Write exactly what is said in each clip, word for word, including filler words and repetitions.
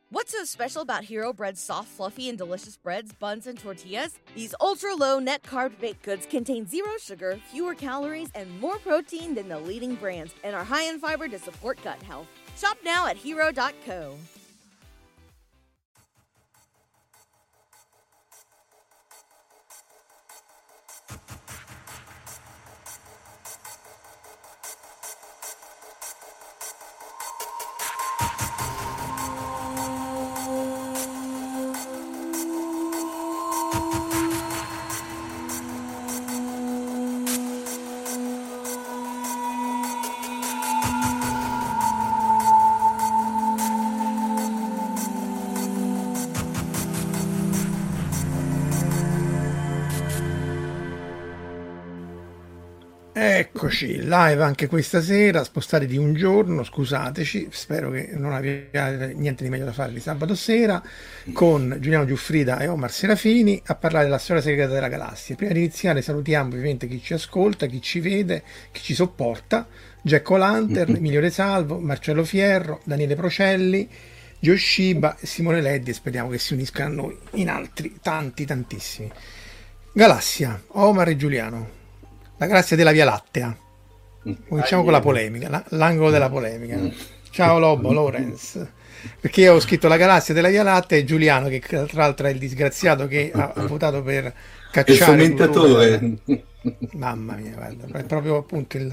What's so special about Hero Bread's soft, fluffy, and delicious breads, buns, and tortillas? These ultra-low net-carb baked goods contain zero sugar, fewer calories, and more protein than the leading brands, and are high in fiber to support gut health. Shop now at hero dot co. Eccoci, live anche questa sera, spostati di un giorno, scusateci, spero che non abbiate niente di meglio da fare di sabato sera, con Giuliano Giuffrida e Omar Serafini a parlare della storia segreta della galassia. Prima di iniziare salutiamo ovviamente chi ci ascolta, chi ci vede, chi ci sopporta, Jack O'Lantern, Emilio De Salvo, Marcello Fierro, Daniele Procelli, Gioshiba e Simone Leddi, e speriamo che si uniscano a noi in altri, tanti, tantissimi. Galassia, Omar e Giuliano. La galassia della Via Lattea. Cominciamo con la polemica, la, l'angolo della polemica. Ciao Lobo, Lorenz. Perché io ho scritto la galassia della Via Lattea e Giuliano, che tra l'altro è il disgraziato che ha, ha votato per cacciare il fomentatore. Mamma mia, guarda, è proprio appunto il,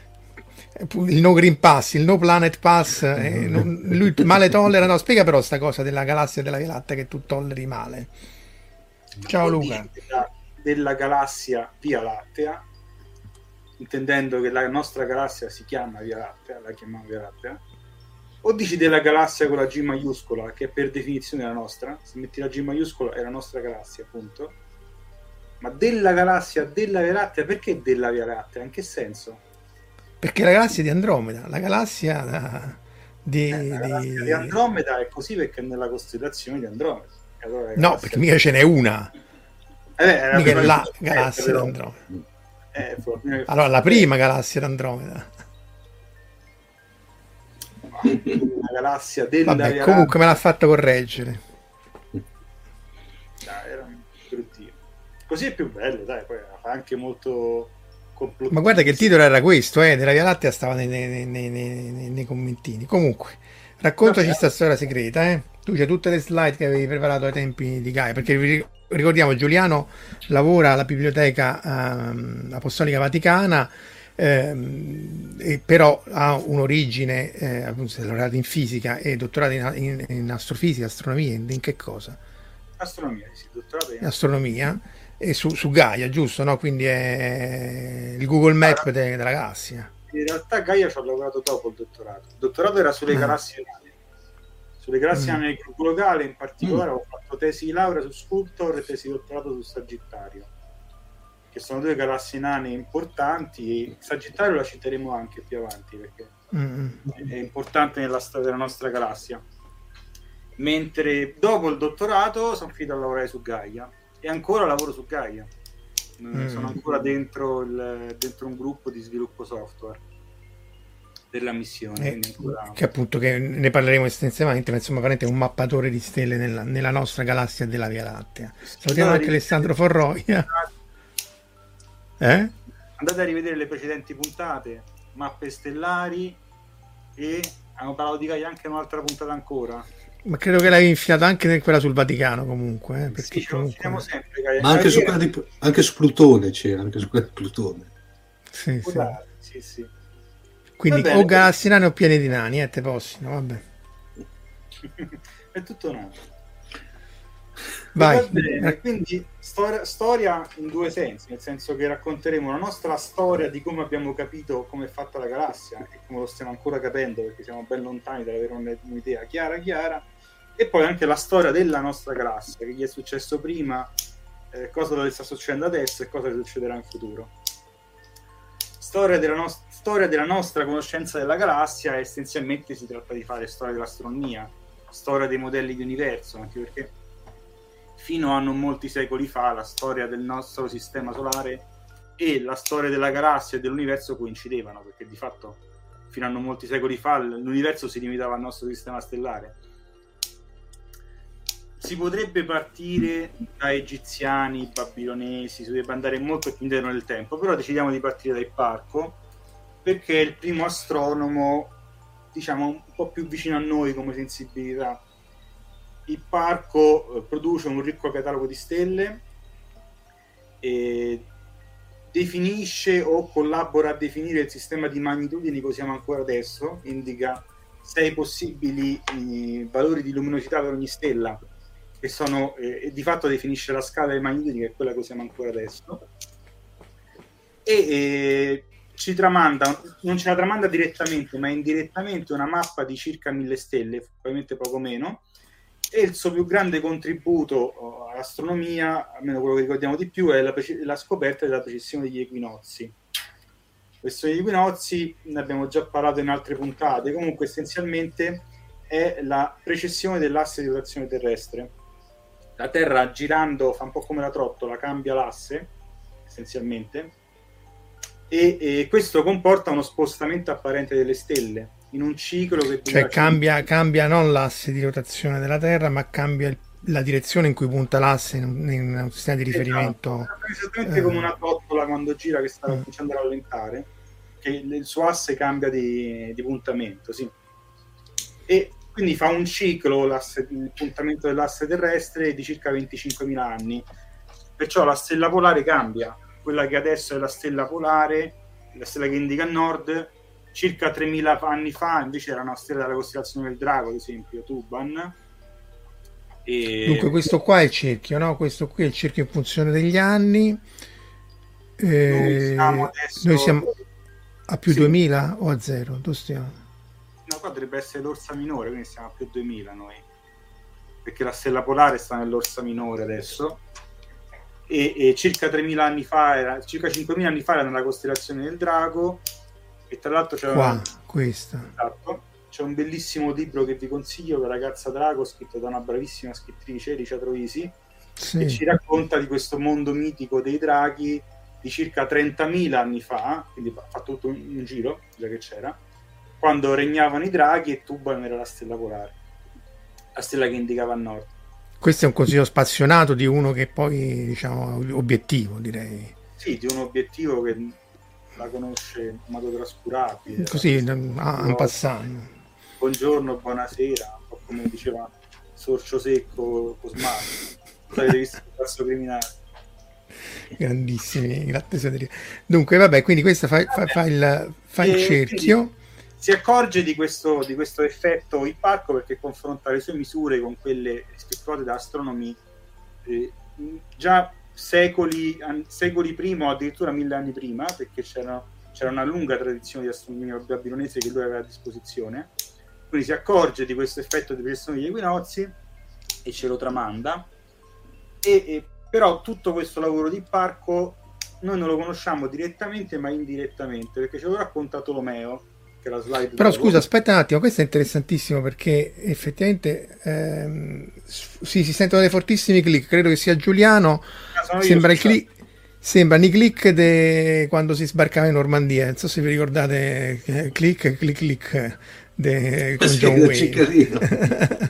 il no green pass, il no planet pass. Eh, non, lui male tollera. No, spiega però sta cosa della galassia della Via Lattea, che tu tolleri male. Ciao Luca. Della, della galassia Via Lattea, intendendo che la nostra galassia si chiama Via Lattea, la chiamiamo Via Lattea, o dici della galassia con la G maiuscola, che per definizione è la nostra, se metti la G maiuscola è la nostra galassia, appunto, ma della galassia della Via Lattea, perché della Via Lattea? In che senso? Perché la galassia di Andromeda, la galassia di, eh, la galassia di... di Andromeda è così perché è nella costellazione di Andromeda. Allora no, perché mica ce n'è una, eh beh, mica è la galassia di Andromeda. Eh, allora la prima galassia d'Andromeda, la galassia della vabbè, Via comunque me l'ha fatto correggere. Dai, era bruttino. Così è più bello, dai, poi fa anche molto complottista. Ma guarda che il titolo era questo, eh, della Via Lattea stava nei, nei, nei, nei, nei commentini. Comunque raccontaci sta storia segreta, eh. Tu c'hai tutte le slide che avevi preparato ai tempi di Gaia, perché vi ricordiamo Giuliano lavora alla Biblioteca um, Apostolica Vaticana, ehm, e però ha un'origine, eh, appunto, è laureato in fisica e dottorato in, in, in astrofisica, astronomia, in, in che cosa? Astronomia, sì, dottorato in, in astronomia, e su, su Gaia, giusto, no? Quindi è il Google Map allora, de, della galassia. In realtà Gaia ci ha lavorato dopo il dottorato. Il dottorato era sulle ah. galassie nane. Sulle galassie nane del gruppo locale, in particolare, mm. ho fatto tesi di laurea su Sculptor e tesi di dottorato su Sagittario, che sono due galassie nane importanti, e Sagittario la citeremo anche più avanti perché mm. è importante nella storia della nostra galassia. Mentre dopo il dottorato sono finito a lavorare su Gaia e ancora lavoro su Gaia. Mm. Sono ancora dentro, il, dentro un gruppo di sviluppo software per la missione, eh, ancora... che appunto che ne parleremo estensivamente, ma insomma veramente è un mappatore di stelle nella, nella nostra galassia della Via Lattea. Salutiamo anche Alessandro Forroia. Eh? Andate a rivedere le precedenti puntate, mappe stellari, e hanno parlato di Gaia anche un'altra puntata ancora. Ma credo che l'hai infilata anche in quella sul Vaticano, comunque, eh, perché sì, comunque... sempre, Gaia. Ma anche su, di, anche su Plutone c'era, anche su quella di Plutone. Sì, sì. sì, sì. Quindi o galassie nane o pianeti nani, eh, te possino, vabbè. È tutto nato. Vai. Bene, quindi storia, storia in due sensi, nel senso che racconteremo la nostra storia di come abbiamo capito come è fatta la galassia e come lo stiamo ancora capendo, perché siamo ben lontani dall'avere un'idea chiara chiara, e poi anche la storia della nostra galassia, che gli è successo prima, eh, cosa sta succedendo adesso e cosa succederà in futuro. Storia della, no- storia della nostra conoscenza della galassia, essenzialmente si tratta di fare storia dell'astronomia, storia dei modelli di universo, anche perché fino a non molti secoli fa la storia del nostro sistema solare e la storia della galassia e dell'universo coincidevano, perché di fatto fino a non molti secoli fa l'universo si limitava al nostro sistema stellare. si potrebbe partire da egiziani, babilonesi, si dovrebbe andare molto più indietro nel tempo, però decidiamo di partire da Ipparco perché è il primo astronomo, diciamo, un po' più vicino a noi come sensibilità. Ipparco eh, produce un ricco catalogo di stelle e definisce o collabora a definire il sistema di magnitudini che usiamo ancora adesso, indica sei possibili eh, valori di luminosità per ogni stella, che sono, eh, e di fatto definisce la scala dei magnitudini, che è quella che usiamo ancora adesso, e eh, ci tramanda, non ce la tramanda direttamente, ma indirettamente una mappa di circa mille stelle, probabilmente poco meno, e il suo più grande contributo all'astronomia, almeno quello che ricordiamo di più, è la, preci- la scoperta della precessione degli equinozi. La precessione degli equinozi ne abbiamo già parlato in altre puntate, comunque essenzialmente è la precessione dell'asse di rotazione terrestre. La Terra girando fa un po' come la trottola, cambia l'asse essenzialmente, e, e questo comporta uno spostamento apparente delle stelle in un ciclo che cioè cambia, cambia non l'asse di rotazione della Terra, ma cambia il, la direzione in cui punta l'asse in, in un sistema di riferimento. Esatto. Esattamente eh. come una trottola quando gira che sta cominciando a rallentare, che il, il suo asse cambia di, di puntamento, sì. E quindi fa un ciclo l'asse, il puntamento dell'asse terrestre di circa venticinquemila anni, perciò la stella polare cambia. Quella che adesso è la stella polare, la stella che indica a nord, circa tremila anni fa invece era una stella della costellazione del Drago, ad esempio, Tuban. E... Dunque questo qua è il cerchio, no? Questo qui è il cerchio in funzione degli anni. Eh, noi, siamo adesso... noi siamo a più sì. duemila o a zero? Dove stiamo? No, qua dovrebbe essere l'orsa minore, quindi siamo a più duemila noi, perché la stella polare sta nell'orsa minore adesso. E, e circa tremila anni fa era, circa cinquemila anni fa era nella costellazione del Drago, e tra l'altro c'è qua, una, questa. esatto, c'è un bellissimo libro che vi consiglio, che è Ragazza Drago, scritto da una bravissima scrittrice, Elicia Troisi, sì. che ci racconta di questo mondo mitico dei draghi di circa trentamila anni fa, quindi ha fatto tutto un, un giro, già che c'era, quando regnavano i draghi e Tuban era la stella polare, la stella che indicava a nord. Questo è un consiglio spassionato di uno che poi, diciamo, obiettivo, direi. Sì, di un obiettivo che la conosce in modo trascurabile. Così, en passant. Buongiorno, buonasera, un po' come diceva Sorcio Secco Cosmano. Avete visto il passo criminale? Grandissimi, grazie. Dunque, vabbè, quindi questo fa, fa, fa il, fa il cerchio. Si accorge di questo, di questo effetto Ipparco perché confronta le sue misure con quelle effettuate da astronomi eh, già secoli, an, secoli prima o addirittura mille anni prima, perché c'era, c'era una lunga tradizione di astronomia babilonese che lui aveva a disposizione. Quindi si accorge di questo effetto di precessione degli equinozi e ce lo tramanda. E, e, però tutto questo lavoro di Ipparco noi non lo conosciamo direttamente ma indirettamente, perché ce lo racconta Tolomeo. La slide però scusa, aspetta un attimo, questo è interessantissimo perché effettivamente ehm, sì, si sentono dei fortissimi click, credo che sia Giuliano, ah, sembra il click, sembrano i click de... quando si sbarcava in Normandia, non so se vi ricordate, eh, click click click de... con sì, John Wayne.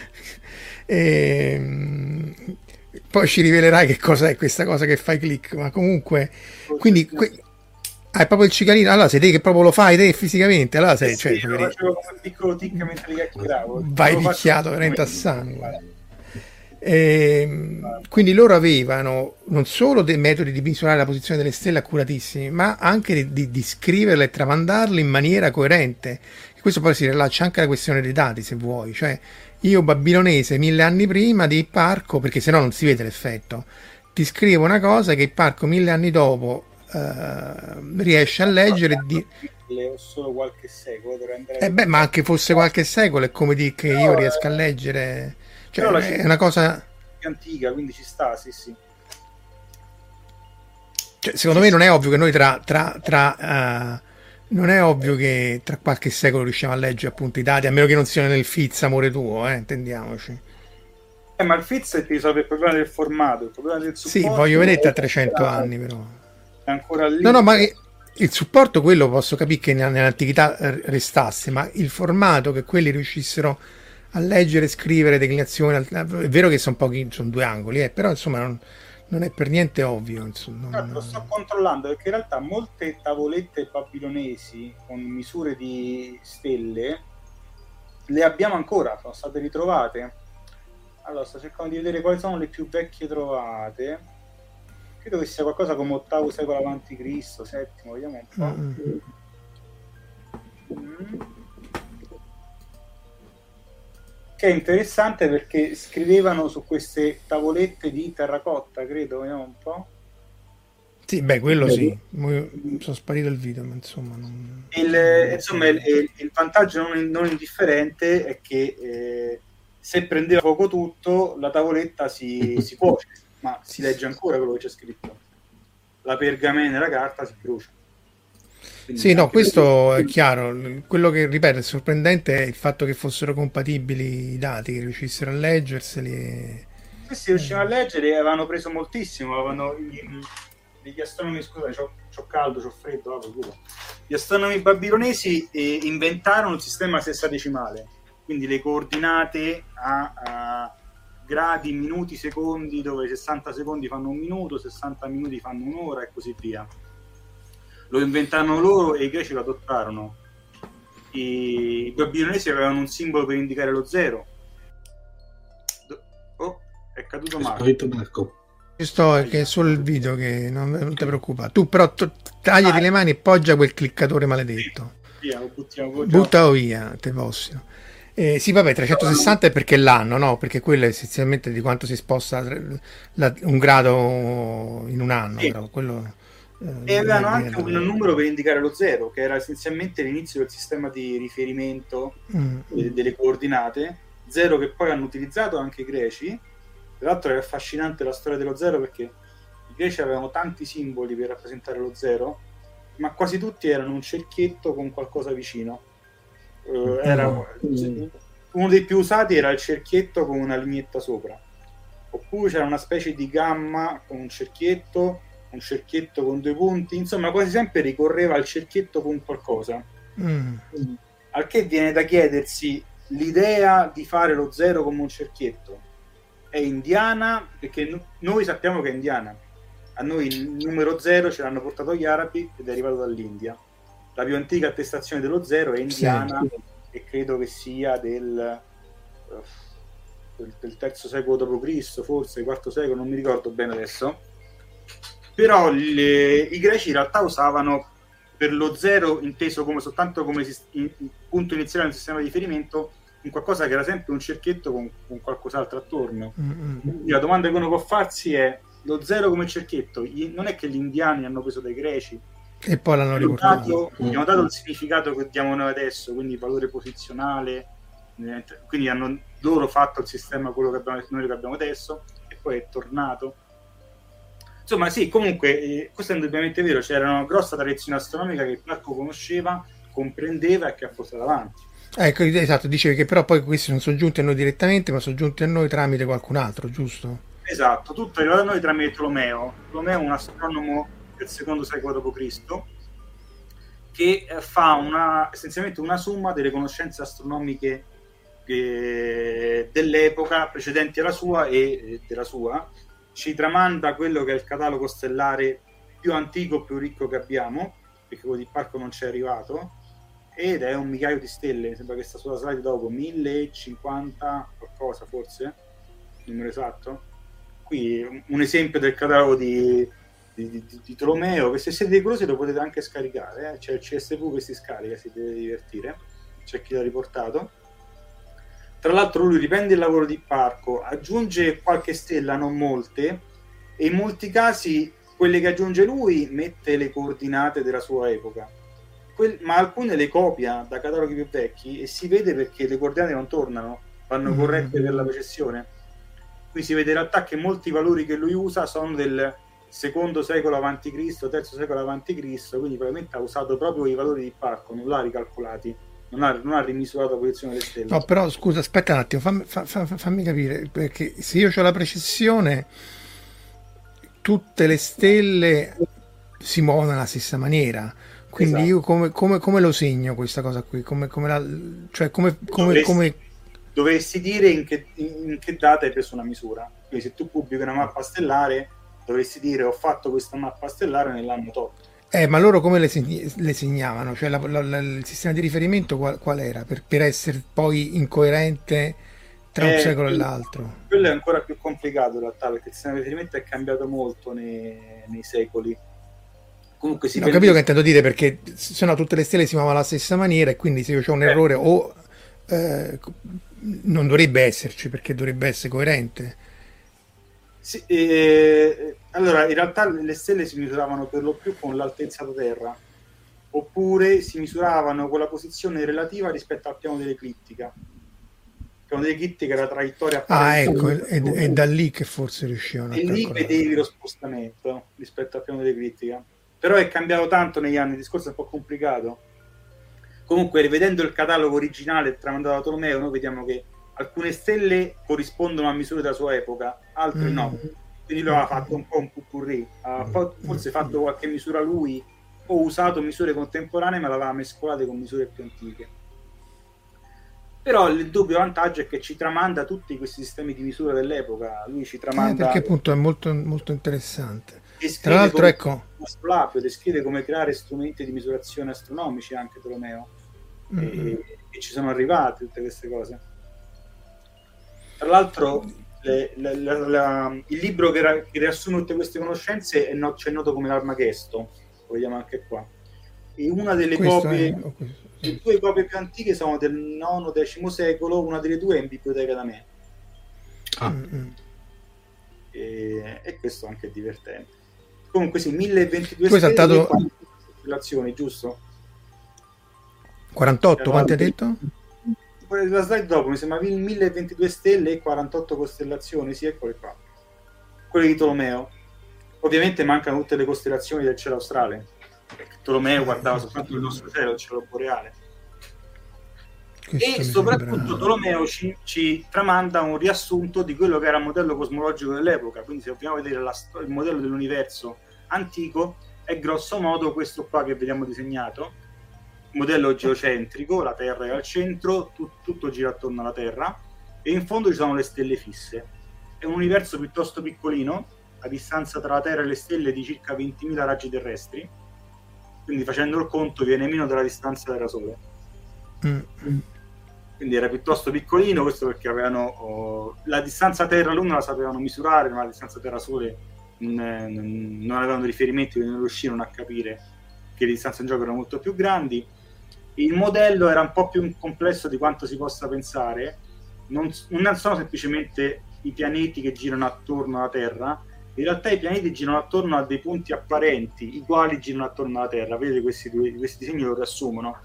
e... poi ci rivelerai che cosa è questa cosa che fai click, ma comunque quindi que... ah, è proprio il cicalino, allora sei te che proprio lo fai te fisicamente, allora sei, eh cioè, sì, lo facevo come un piccolo tic mentre li chiacchieravo, vai picchiato veramente a sangue. E, quindi loro avevano non solo dei metodi di misurare la posizione delle stelle accuratissimi, ma anche di, di, di scriverle e tramandarle in maniera coerente. E questo poi si rilaccia anche alla questione dei dati, se vuoi, cioè io babilonese mille anni prima di Ipparco, perché sennò non si vede l'effetto, ti scrivo una cosa che Ipparco mille anni dopo Uh, riesce a leggere di... o solo qualche secolo eh beh, ma anche fosse qualche secolo è come dire che io riesco a leggere, cioè è una cosa antica, quindi ci sta, sì sì, cioè, secondo sì, me non è ovvio che noi tra, tra, tra uh, non è ovvio che tra qualche secolo riusciamo a leggere appunto i dati, a meno che non siano nel F I Z, amore tuo, eh, intendiamoci. Eh, ma il F I Z ti risolve il problema del formato, il problema del supporto. Sì, voglio vedere a trecento anni però. Ancora lì. No, no, ma il supporto quello posso capire che nell'antichità restasse, ma il formato che quelli riuscissero a leggere e scrivere declinazioni. È vero che sono pochi, sono due angoli, eh, però insomma non, non è per niente ovvio. Insomma, non... no, lo sto controllando perché in realtà molte tavolette babilonesi con misure di stelle le abbiamo ancora, sono state ritrovate. Allora, sto cercando di vedere quali sono le più vecchie trovate. Credo che sia qualcosa come ottavo secolo avanti Cristo, settimo, vediamo un po'. Mm-hmm. Mm. Che è interessante perché scrivevano su queste tavolette di terracotta, credo, vediamo un po'. Sì, beh, quello sì, sono sparito il video, ma insomma... Non... Il, insomma, il, il vantaggio non, non indifferente è che eh, se prendeva fuoco tutto, la tavoletta si, si cuoce, ma si legge ancora quello che c'è scritto. La pergamena e la carta si brucia. Quindi sì, no, questo è chiaro. Quello che, ripeto, è sorprendente è il fatto che fossero compatibili i dati, che riuscissero a leggerseli. E... Sì, sì, riuscivano a leggere, avevano preso moltissimo, avevano... Gli astronomi, scusa, c'ho, c'ho caldo, c'ho freddo, ah, gli astronomi babilonesi eh, inventarono il sistema sessadecimale, quindi le coordinate a, a gradi, minuti, secondi, dove sessanta secondi fanno un minuto, sessanta minuti fanno un'ora e così via. Lo inventarono loro e i greci lo adottarono. I, i babilonesi avevano un simbolo per indicare lo zero. Oh, è caduto Marco. Marco. Sto che è solo il video, che non, non ti preoccupare. Tu però t- tagliati ah, le mani e poggia quel cliccatore maledetto. Via, lo buttiamo, buttiamo. Buttalo via, te posso. Eh, sì, vabbè, trecentosessanta è perché l'anno, no? Perché quello è essenzialmente di quanto si sposta la, un grado in un anno. Sì. Però quello, eh, e avevano anche un numero per indicare lo zero, che era essenzialmente l'inizio del sistema di riferimento mm. delle, delle coordinate. Zero che poi hanno utilizzato anche i greci. Tra l'altro è affascinante la storia dello zero perché i greci avevano tanti simboli per rappresentare lo zero, ma quasi tutti erano un cerchietto con qualcosa vicino. Uh, era, mm. Uno dei più usati era il cerchietto con una lineetta sopra, oppure c'era una specie di gamma con un cerchietto, un cerchietto con due punti, insomma quasi sempre ricorreva al cerchietto con qualcosa. Mm. Al che viene da chiedersi l'idea di fare lo zero come un cerchietto. È indiana, perché no, noi sappiamo che è indiana. A noi il numero zero ce l'hanno portato gli arabi ed è arrivato dall'India. La più antica attestazione dello zero è indiana, sì. E credo che sia del, uh, del, del terzo secolo dopo Cristo, forse quarto secolo, non mi ricordo bene adesso. Però le, i greci in realtà usavano per lo zero, inteso come soltanto come in, punto iniziale del sistema di riferimento, in qualcosa che era sempre un cerchietto con, con qualcos'altro attorno. Mm-hmm. La domanda che uno può farsi è: lo zero come cerchietto, non è che gli indiani hanno preso dai greci e poi l'hanno riportato, gli hanno dato il significato che diamo noi adesso, quindi valore posizionale, quindi hanno loro fatto il sistema quello che abbiamo noi che abbiamo adesso e poi è tornato. Insomma sì, comunque eh, questo è indubbiamente vero, c'era una grossa tradizione astronomica che Marco conosceva, comprendeva e che ha portato avanti. Ecco, esatto, dicevi che però poi questi non sono giunti a noi direttamente, ma sono giunti a noi tramite qualcun altro, giusto? Esatto, tutto è arrivato a noi tramite Tolomeo. Tolomeo è un astronomo del secondo secolo dopo Cristo che fa una, essenzialmente una somma delle conoscenze astronomiche eh, dell'epoca precedenti alla sua e della sua. Ci tramanda quello che è il catalogo stellare più antico, più ricco che abbiamo, perché quello di Parco non c'è arrivato, ed è un migliaio di stelle, sembra che sta sulla slide dopo, mille cinquanta qualcosa forse, il numero esatto. Qui un esempio del catalogo di, di, di, di Tolomeo, che se siete curiosi lo potete anche scaricare, eh? C'è il C S V che si scarica, si deve divertire, c'è chi l'ha riportato. Tra l'altro lui riprende il lavoro di Parco, aggiunge qualche stella, non molte, e in molti casi quelle che aggiunge lui mette le coordinate della sua epoca. Ma alcune le copia da cataloghi più vecchi e si vede perché le coordinate non tornano, vanno corrette mm-hmm. per la precessione. Qui si vede in realtà che molti valori che lui usa sono del secondo secolo avanti Cristo, terzo secolo avanti Cristo, quindi probabilmente ha usato proprio i valori di Parco, non l'ha ricalcolati, non ha, non ha rimisurato la posizione delle stelle. No, però scusa, aspetta un attimo, fammi, fa, fa, fammi capire, perché se io ho la precessione, tutte le stelle si muovono nella stessa maniera. Quindi esatto. Io come, come, come lo segno questa cosa qui? Come, come la, cioè come, come, come... dovresti dire in che, in che data hai preso una misura. Quindi se tu pubblichi una mappa stellare dovresti dire ho fatto questa mappa stellare nell'anno tot. Eh, ma loro come le, segni- le segnavano? Cioè la- la- la- il sistema di riferimento qual, qual era? Per, per essere poi incoerente tra un Eh, secolo e quello- l'altro. Quello è ancora più complicato in realtà, perché il sistema di riferimento è cambiato molto nei, nei secoli. Comunque si No, ho per- capito che intendo dire, perché se no tutte le stelle si muovono alla stessa maniera e quindi se io ho un Eh. errore o eh, non dovrebbe esserci, perché dovrebbe essere coerente. Sì, eh, allora, in realtà le stelle si misuravano per lo più con l'altezza da Terra, oppure si misuravano con la posizione relativa rispetto al piano dell'eclittica. Il piano dell'eclittica era la traiettoria Ah, apparente. ecco, è, è da lì che forse riuscivano a E lì calcolare. vedevi lo spostamento rispetto al piano dell'eclittica. Però è cambiato tanto negli anni, il discorso è un po' complicato. Comunque, rivedendo il catalogo originale tramandato da Tolomeo, noi vediamo che alcune stelle corrispondono a misure della sua epoca, altre Mm. no. Quindi lui aveva fatto un po' un pupurri, ha fa- forse fatto qualche misura lui, o usato misure contemporanee, ma l'aveva mescolate con misure più antiche. Però il dubbio vantaggio è che ci tramanda tutti questi sistemi di misura dell'epoca. Lui ci Eh, tramanda perché appunto è molto, molto interessante. descrive Tra l'altro, come- ecco, astrolabio, descrive come creare strumenti di misurazione astronomici anche Tolomeo. mm, E, e ci sono arrivate tutte queste cose. Tra l'altro le- la- la- la- il libro che, ra- che riassume tutte queste conoscenze è no- c'è noto come l'Armagesto, lo vediamo anche qua. E una delle questo copie, è, oh, questo, le sì. due copie più antiche sono del nono decimo secolo, una delle due è in biblioteca da me. Ah, Mm, mm. E, e questo anche è divertente. Comunque sì, mille ventidue Tu hai stelle saltato- e quarantotto costellazioni, giusto? quarantotto, quanti hai detto? La slide dopo mi sembra mille ventidue stelle e quarantotto costellazioni, sì, eccole qua. Quelle di Tolomeo. Ovviamente mancano tutte le costellazioni del cielo australe, perché Tolomeo guardava soltanto il nostro cielo, il cielo boreale. Questo E mi soprattutto sembra- Tolomeo ci, ci tramanda un riassunto di quello che era il modello cosmologico dell'epoca. Quindi se vogliamo vedere la sto- il modello dell'universo antico è grosso modo questo qua che vediamo disegnato, modello geocentrico, la Terra è al centro, tu- tutto gira attorno alla Terra e in fondo ci sono le stelle fisse. È un universo piuttosto piccolino, la distanza tra la Terra e le stelle è di circa ventimila raggi terrestri, quindi facendo il conto viene meno della distanza Terra-Sole. Mm. Quindi era piuttosto piccolino, questo perché avevano oh, la distanza Terra-Luna la sapevano misurare, ma la distanza Terra-Sole non, non, non avevano riferimenti, quindi non riuscirono a capire che le distanze in gioco erano molto più grandi. Il modello era un po' più complesso di quanto si possa pensare, non, non sono semplicemente i pianeti che girano attorno alla Terra, in realtà i pianeti girano attorno a dei punti apparenti, i quali girano attorno alla Terra. Vedete questi due, questi disegni lo riassumono,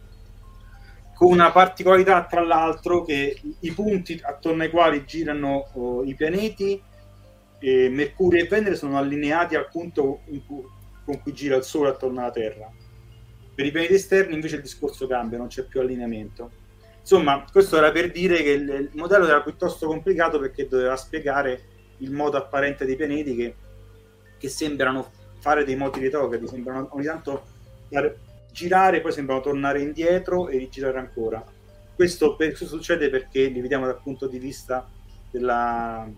con una particolarità tra l'altro che i punti attorno ai quali girano oh, i pianeti, eh, Mercurio e Venere, sono allineati al punto in cui, con cui gira il Sole attorno alla Terra. Per i pianeti esterni invece il discorso cambia, non c'è più allineamento. Insomma, questo era per dire che il, il modello era piuttosto complicato, perché doveva spiegare il modo apparente dei pianeti che, che sembrano fare dei moti retrogradi, sembrano ogni tanto dare, girare, poi sembrano tornare indietro e rigirare ancora. Questo, per, questo succede perché li vediamo dal punto di vista della,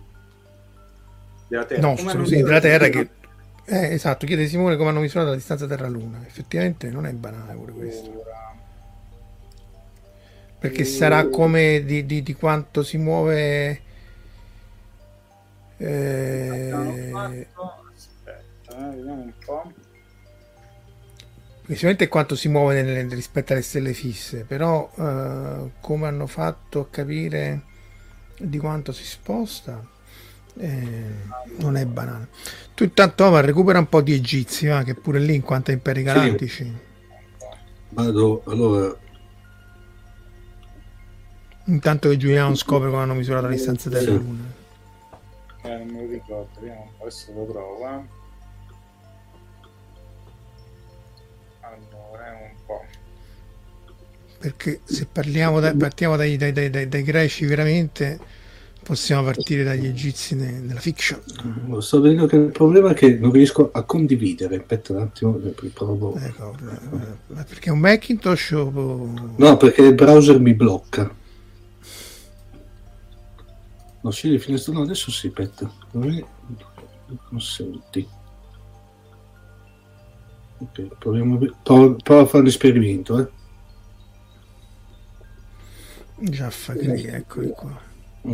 della Terra. Nostro, Come hanno sì, misurato della Terra prima? che... Eh, esatto, chiede Simone come hanno misurato la distanza Terra-Luna. Effettivamente non è banale pure questo. Ora, Perché Eh, sarà come di, di- di quanto si muove... abbiamo Eh, fatto- aspetta, eh, vediamo un po'. sicuramente quanto si muove nel- rispetto alle stelle fisse, però eh, come hanno fatto a capire di quanto si sposta eh, non è banale. Tu intanto Omar recupera un po' di egizi, va, che pure lì in quanto a imperi galattici. vado allora. Intanto che Giuliano scopre come hanno misurato la distanza Sì. Terra-Luna. Eh, non me lo ricordo, vediamo un po', adesso lo trovo. eh. Allora, è un po'. Perché se parliamo da- partiamo dai, dai- dai- dai- dai greci veramente, possiamo partire dagli egizi ne- nella fiction. Sto vedendo che il problema è che non riesco a condividere. Aspetta un attimo, provo. Ecco, eh, perché è un Macintosh o... No, perché il browser mi blocca. No, scegli il finestrino, no, adesso sì, aspetta. Dove consenti? Ok, proviamo, provo, provo a fare l'esperimento, eh. Già fa clic, eccoli qua. Mm.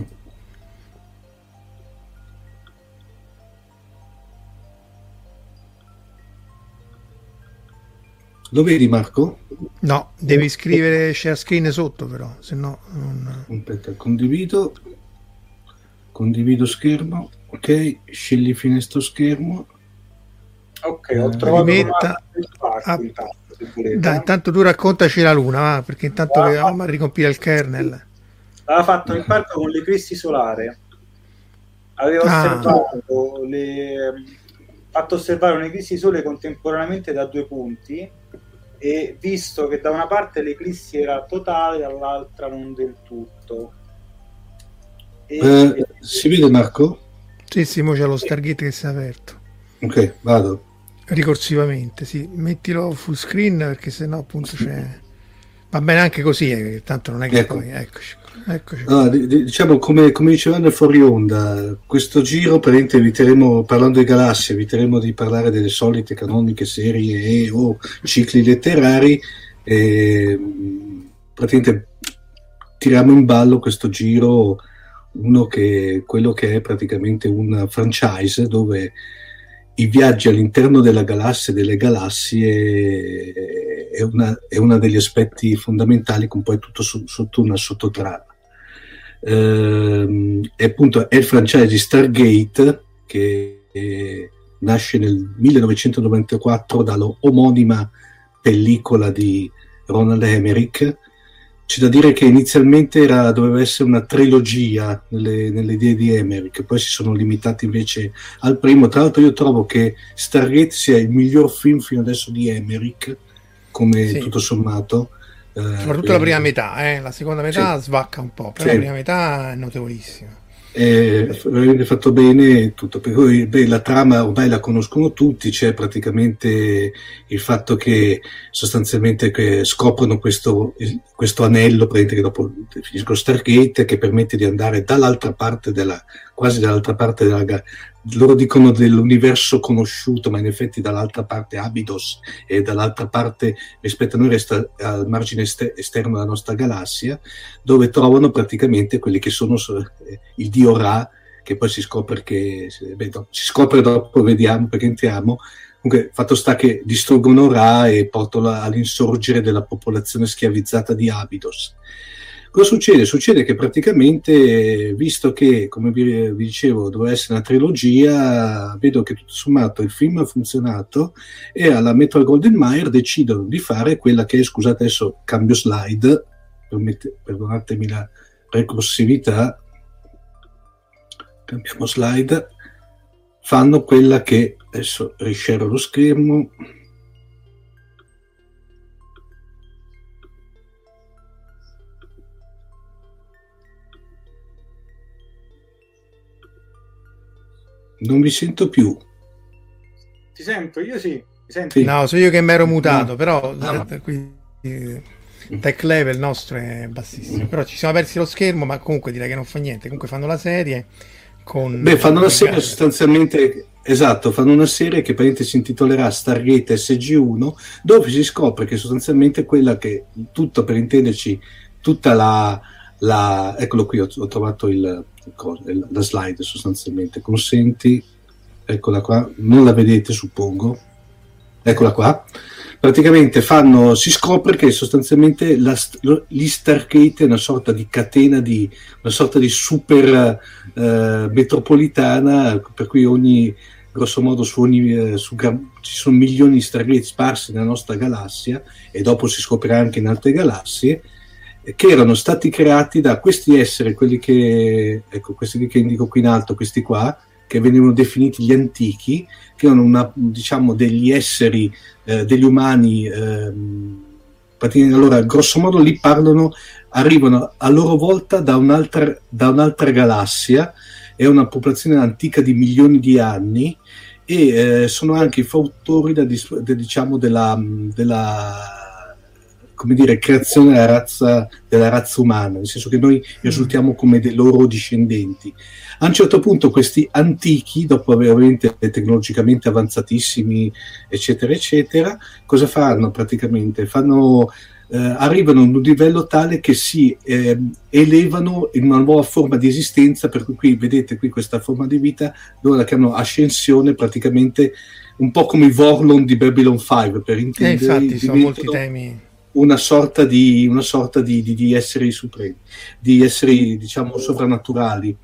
Lo vedi, Marco? No, devi scrivere share screen sotto, però, se no non... Aspetta, condivido. Condivido schermo. Ok, scegli finestrino schermo. Ok, ho trovato rimetta... ah, dai, intanto tu raccontaci la luna, va? Perché intanto ah, che vamo a ricompilare il kernel. Aveva fatto il parco con l'eclissi solare. Aveva ah. osservato le... fatto osservare un'eclissi sole contemporaneamente da due punti, e visto che da una parte l'eclissi era totale, dall'altra non del tutto. E... Eh, si vede, Marco? Sì, sì, mo c'è lo Stargate che si è aperto. Ok, vado. Ricorsivamente, sì. Mettilo full screen perché sennò appunto c'è... Va bene anche così, eh, tanto non è che ecco. poi... Eccoci. Eccoci. Ah, diciamo, come, come dicevano fuori onda, questo giro praticamente eviteremo, parlando di galassie, eviteremo di parlare delle solite canoniche serie e o cicli letterari, e praticamente tiriamo in ballo questo giro, uno che quello che è praticamente un franchise dove i viaggi all'interno della galassia e delle galassie è una, è uno degli aspetti fondamentali, con poi tutto su, sotto una sottotrama. Uh, è appunto è il franchise di Stargate, che eh, nasce nel millenovecentonovantaquattro dalla omonima pellicola di Roland Emmerich. C'è da dire che inizialmente era, doveva essere una trilogia nelle, nelle idee di Emmerich, poi si sono limitati invece al primo. Tra l'altro io trovo che Stargate sia il miglior film fino adesso di Emmerich, come sì. tutto sommato. Soprattutto eh, la prima metà, eh. La seconda metà sì. svacca un po', però sì. la prima metà è notevolissima. È veramente fatto bene tutto, per cui beh, la trama ormai la conoscono tutti. C'è praticamente il fatto che sostanzialmente che scoprono questo, questo anello che dopo finisco Stargate, che permette di andare dall'altra parte della, quasi dall'altra parte della gara. Loro dicono dell'universo conosciuto, ma in effetti dall'altra parte Abydos, e dall'altra parte rispetto a noi resta al margine ester- esterno della nostra galassia, dove trovano praticamente quelli che sono eh, il dio Ra, che poi si scopre che beh, no, si scopre dopo, vediamo perché entriamo. Comunque fatto sta che distruggono Ra e portano all'insorgere della popolazione schiavizzata di Abydos. Cosa succede? Succede che praticamente, visto che, come vi, vi dicevo, doveva essere una trilogia, vedo che tutto sommato il film ha funzionato, e alla Metro Golden Mayer decidono di fare quella che, scusate adesso cambio slide, permette, perdonatemi la recursività, cambiamo slide, fanno quella che, adesso rishare lo schermo, non vi sento più. Ti sento? Io sì. Mi senti? No, so io che mi ero mutato, no. però no. Qui, eh, tech level nostro è bassissimo. Mm. Però ci siamo persi lo schermo, ma comunque direi che non fa niente. Comunque fanno la serie con... Beh, fanno una serie sostanzialmente... Esatto, fanno una serie che praticamente si intitolerà Stargate S G uno, dove si scopre che sostanzialmente quella che... Tutto, per intenderci, tutta la... la eccolo qui, ho, ho trovato il... la slide sostanzialmente, consenti, eccola qua, non la vedete suppongo, eccola qua, praticamente fanno, si scopre che sostanzialmente la, gli Stargate è una sorta di catena di, una sorta di super eh, metropolitana, per cui ogni, grosso modo su ogni, eh, su, ci sono milioni di Stargate sparsi nella nostra galassia, e dopo si scoprirà anche in altre galassie, che erano stati creati da questi esseri, quelli che, ecco, questi che indico qui in alto, questi qua, che venivano definiti gli antichi, che erano una, diciamo, degli esseri, eh, degli umani, eh, allora, grosso modo li parlano, arrivano a loro volta da un'altra, da un'altra galassia, è una popolazione antica di milioni di anni, e eh, sono anche i fautori da, diciamo, della, della come dire, creazione della razza, della razza umana, nel senso che noi risultiamo come dei loro discendenti. A un certo punto questi antichi, dopo aver ovviamente tecnologicamente avanzatissimi, eccetera, eccetera, cosa fanno praticamente? Fanno, eh, arrivano ad un livello tale che si eh, elevano in una nuova forma di esistenza, per cui qui vedete qui questa forma di vita, loro la chiamano ascensione, praticamente un po' come i Vorlon di Babylon cinque, per intendere. Eh, infatti sono molti temi. Una sorta di, una sorta di, di, di esseri supremi, di esseri, diciamo, sovrannaturali.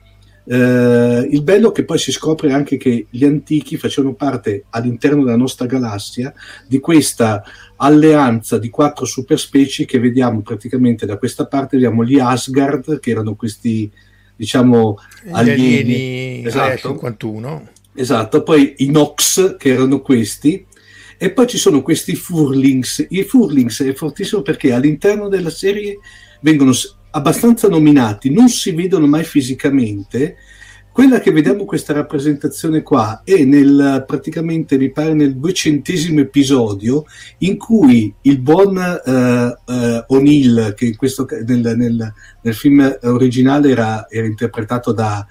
Uh, il bello è che poi si scopre anche che gli antichi facevano parte all'interno della nostra galassia di questa alleanza di quattro superspecie che vediamo praticamente da questa parte. Vediamo gli Asgard, che erano questi, diciamo, alieni, alieni esatto, cinquantuno, esatto, poi i Nox, che erano questi, e poi ci sono questi Furlings. I Furlings è fortissimo perché all'interno della serie vengono abbastanza nominati, non si vedono mai fisicamente. Quella che vediamo, questa rappresentazione qua, è nel, praticamente mi pare nel duecentesimo episodio, in cui il buon uh, uh, O'Neill, che in questo, nel, nel, nel film originale era, era interpretato da,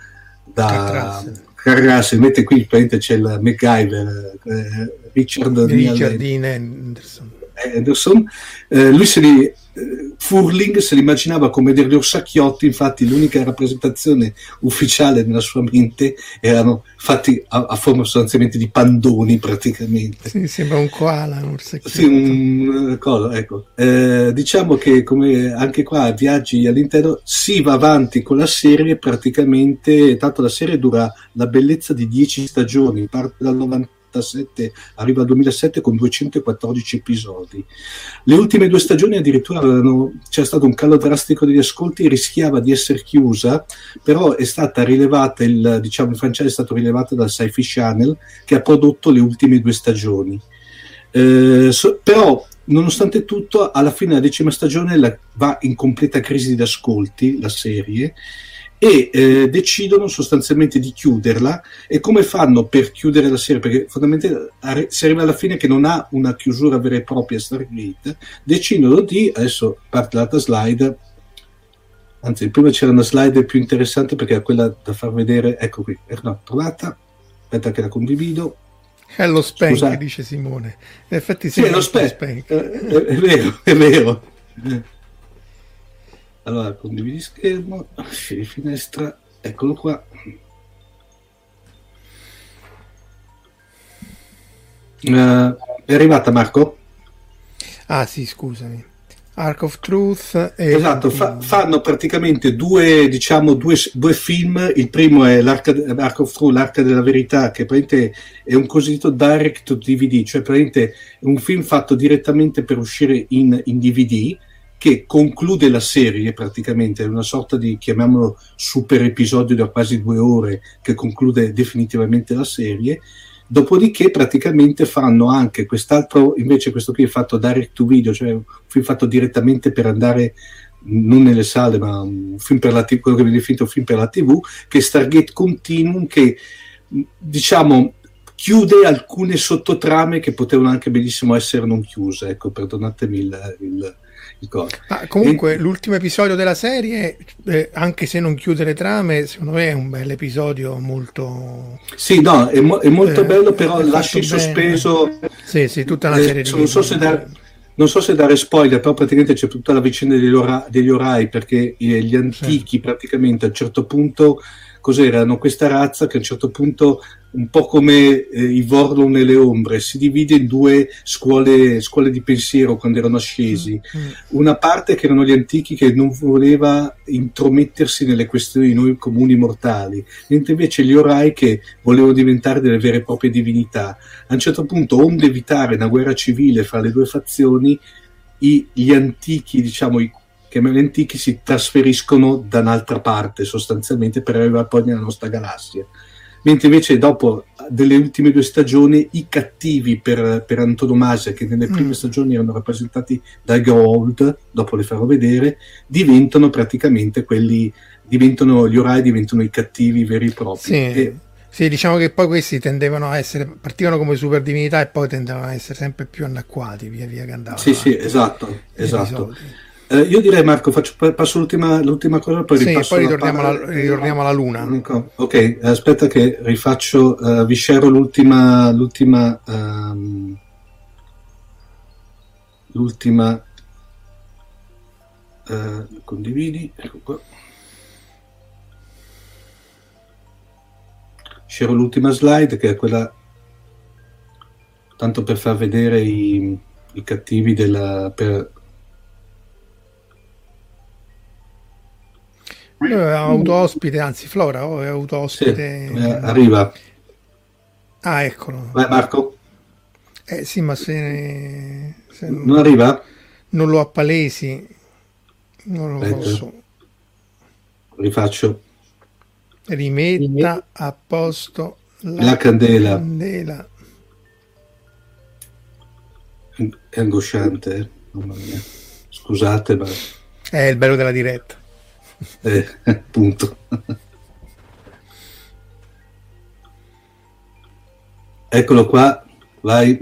da Carl Russell, mentre qui c'è il MacGyver, eh, Richard, Richard Dean Anderson. Anderson. Eh, lui se li, eh, Furling se li immaginava come degli orsacchiotti, infatti l'unica rappresentazione ufficiale nella sua mente erano fatti a, a forma sostanzialmente di pandoni, praticamente. Sì, sembra un koala, un orsacchiotto. Sì, un, cosa, ecco. Eh, diciamo che come anche qua viaggi all'interno, si va avanti con la serie praticamente, tanto la serie dura la bellezza di dieci stagioni, parte dal novantasette, arriva al duemilasette con duecentoquattordici episodi. Le ultime due stagioni addirittura avevano, c'era stato un calo drastico degli ascolti, rischiava di essere chiusa, però è stata rilevata, il, diciamo, il franchise è stato rilevato dal Sci-Fi Channel, che ha prodotto le ultime due stagioni. Eh, so, però nonostante tutto alla fine della decima stagione la, va in completa crisi di ascolti la serie, e eh, decidono sostanzialmente di chiuderla. E come fanno per chiudere la serie? Perché fondamentalmente si arriva alla fine che non ha una chiusura vera e propria Stargate, decidono di, adesso parte l'altra slide, anzi prima c'era una slide più interessante perché era quella da far vedere, ecco qui, eh, no, trovata, aspetta che la condivido. Hello Spank, Scusa. Dice Simone. In effetti sì, è lo Spank, Spank. Eh, è, è vero, è vero. Allora, condividi schermo, scegli finestra, eccolo qua. Uh, è arrivata, Marco? Ah sì, scusami. Arc of Truth e... Esatto, fa, fanno praticamente due, diciamo, due, due film. Il primo è l'Arca, Arc of Truth, l'Arca della Verità, che praticamente è un cosiddetto direct to D V D, cioè praticamente è un film fatto direttamente per uscire in, in D V D, che conclude la serie praticamente, è una sorta di, chiamiamolo, super episodio da quasi due ore che conclude definitivamente la serie. Dopodiché praticamente fanno anche quest'altro, invece questo qui è fatto direct to video, cioè un film fatto direttamente per andare non nelle sale, ma un film per la tivù, quello che viene definito un film per la tivù, che è Stargate Continuum, che diciamo chiude alcune sottotrame che potevano anche benissimo essere non chiuse, ecco, perdonatemi il, il Ah, comunque e... l'ultimo episodio della serie, eh, anche se non chiude le trame, secondo me è un bel episodio, molto sì, no, è, mo- è molto eh, bello, però lascia in sospeso sì, sì, tutta una serie eh, di non so se dare, non so se dare spoiler, però praticamente c'è tutta la vicenda degli, ora- degli Orai, perché gli antichi sì. praticamente a un certo punto cos'erano questa razza che a un certo punto, un po' come eh, i Vorlon e le Ombre, si divide in due scuole, scuole di pensiero quando erano ascesi. Mm. Una parte che erano gli antichi, che non voleva intromettersi nelle questioni di noi comuni mortali, mentre invece gli Orai che volevano diventare delle vere e proprie divinità. A un certo punto, onde evitare una guerra civile fra le due fazioni, i, gli antichi, diciamo i che gli antichi si trasferiscono da un'altra parte sostanzialmente per arrivare poi nella nostra galassia, mentre invece dopo delle ultime due stagioni i cattivi per, per antonomasia, che nelle prime mm. stagioni erano rappresentati da Gold, dopo le farò vedere, diventano praticamente quelli, diventano gli Orai, diventano i cattivi veri e propri. Sì. E, Sì, diciamo che poi questi tendevano a essere, partivano come super divinità e poi tendevano a essere sempre più annacquati via via che andavano. Sì, sì, esatto, esatto. Eh, io direi, Marco, faccio, passo l'ultima, l'ultima cosa, poi sì, ripasso poi la ritorniamo, palla... alla, ritorniamo alla Luna. Ok, aspetta che rifaccio, uh, vi share l'ultima, l'ultima, um, l'ultima, uh, condividi, ecco qua. Share l'ultima slide, che è quella, tanto per far vedere i, i cattivi della... Per, Noi avevamo avuto ospite, anzi Flora oh, aveva avuto ospite. Sì, eh, arriva. Ah, eccolo. Vai Marco. Eh sì, ma se, se non, non arriva? Non lo appalesi, non lo Aspetta. posso. Rifaccio. Rimetta a posto la, la candela. candela. È angosciante, eh? Mamma mia. Scusate, ma... È il bello della diretta. Eh, appunto. Eccolo qua, vai.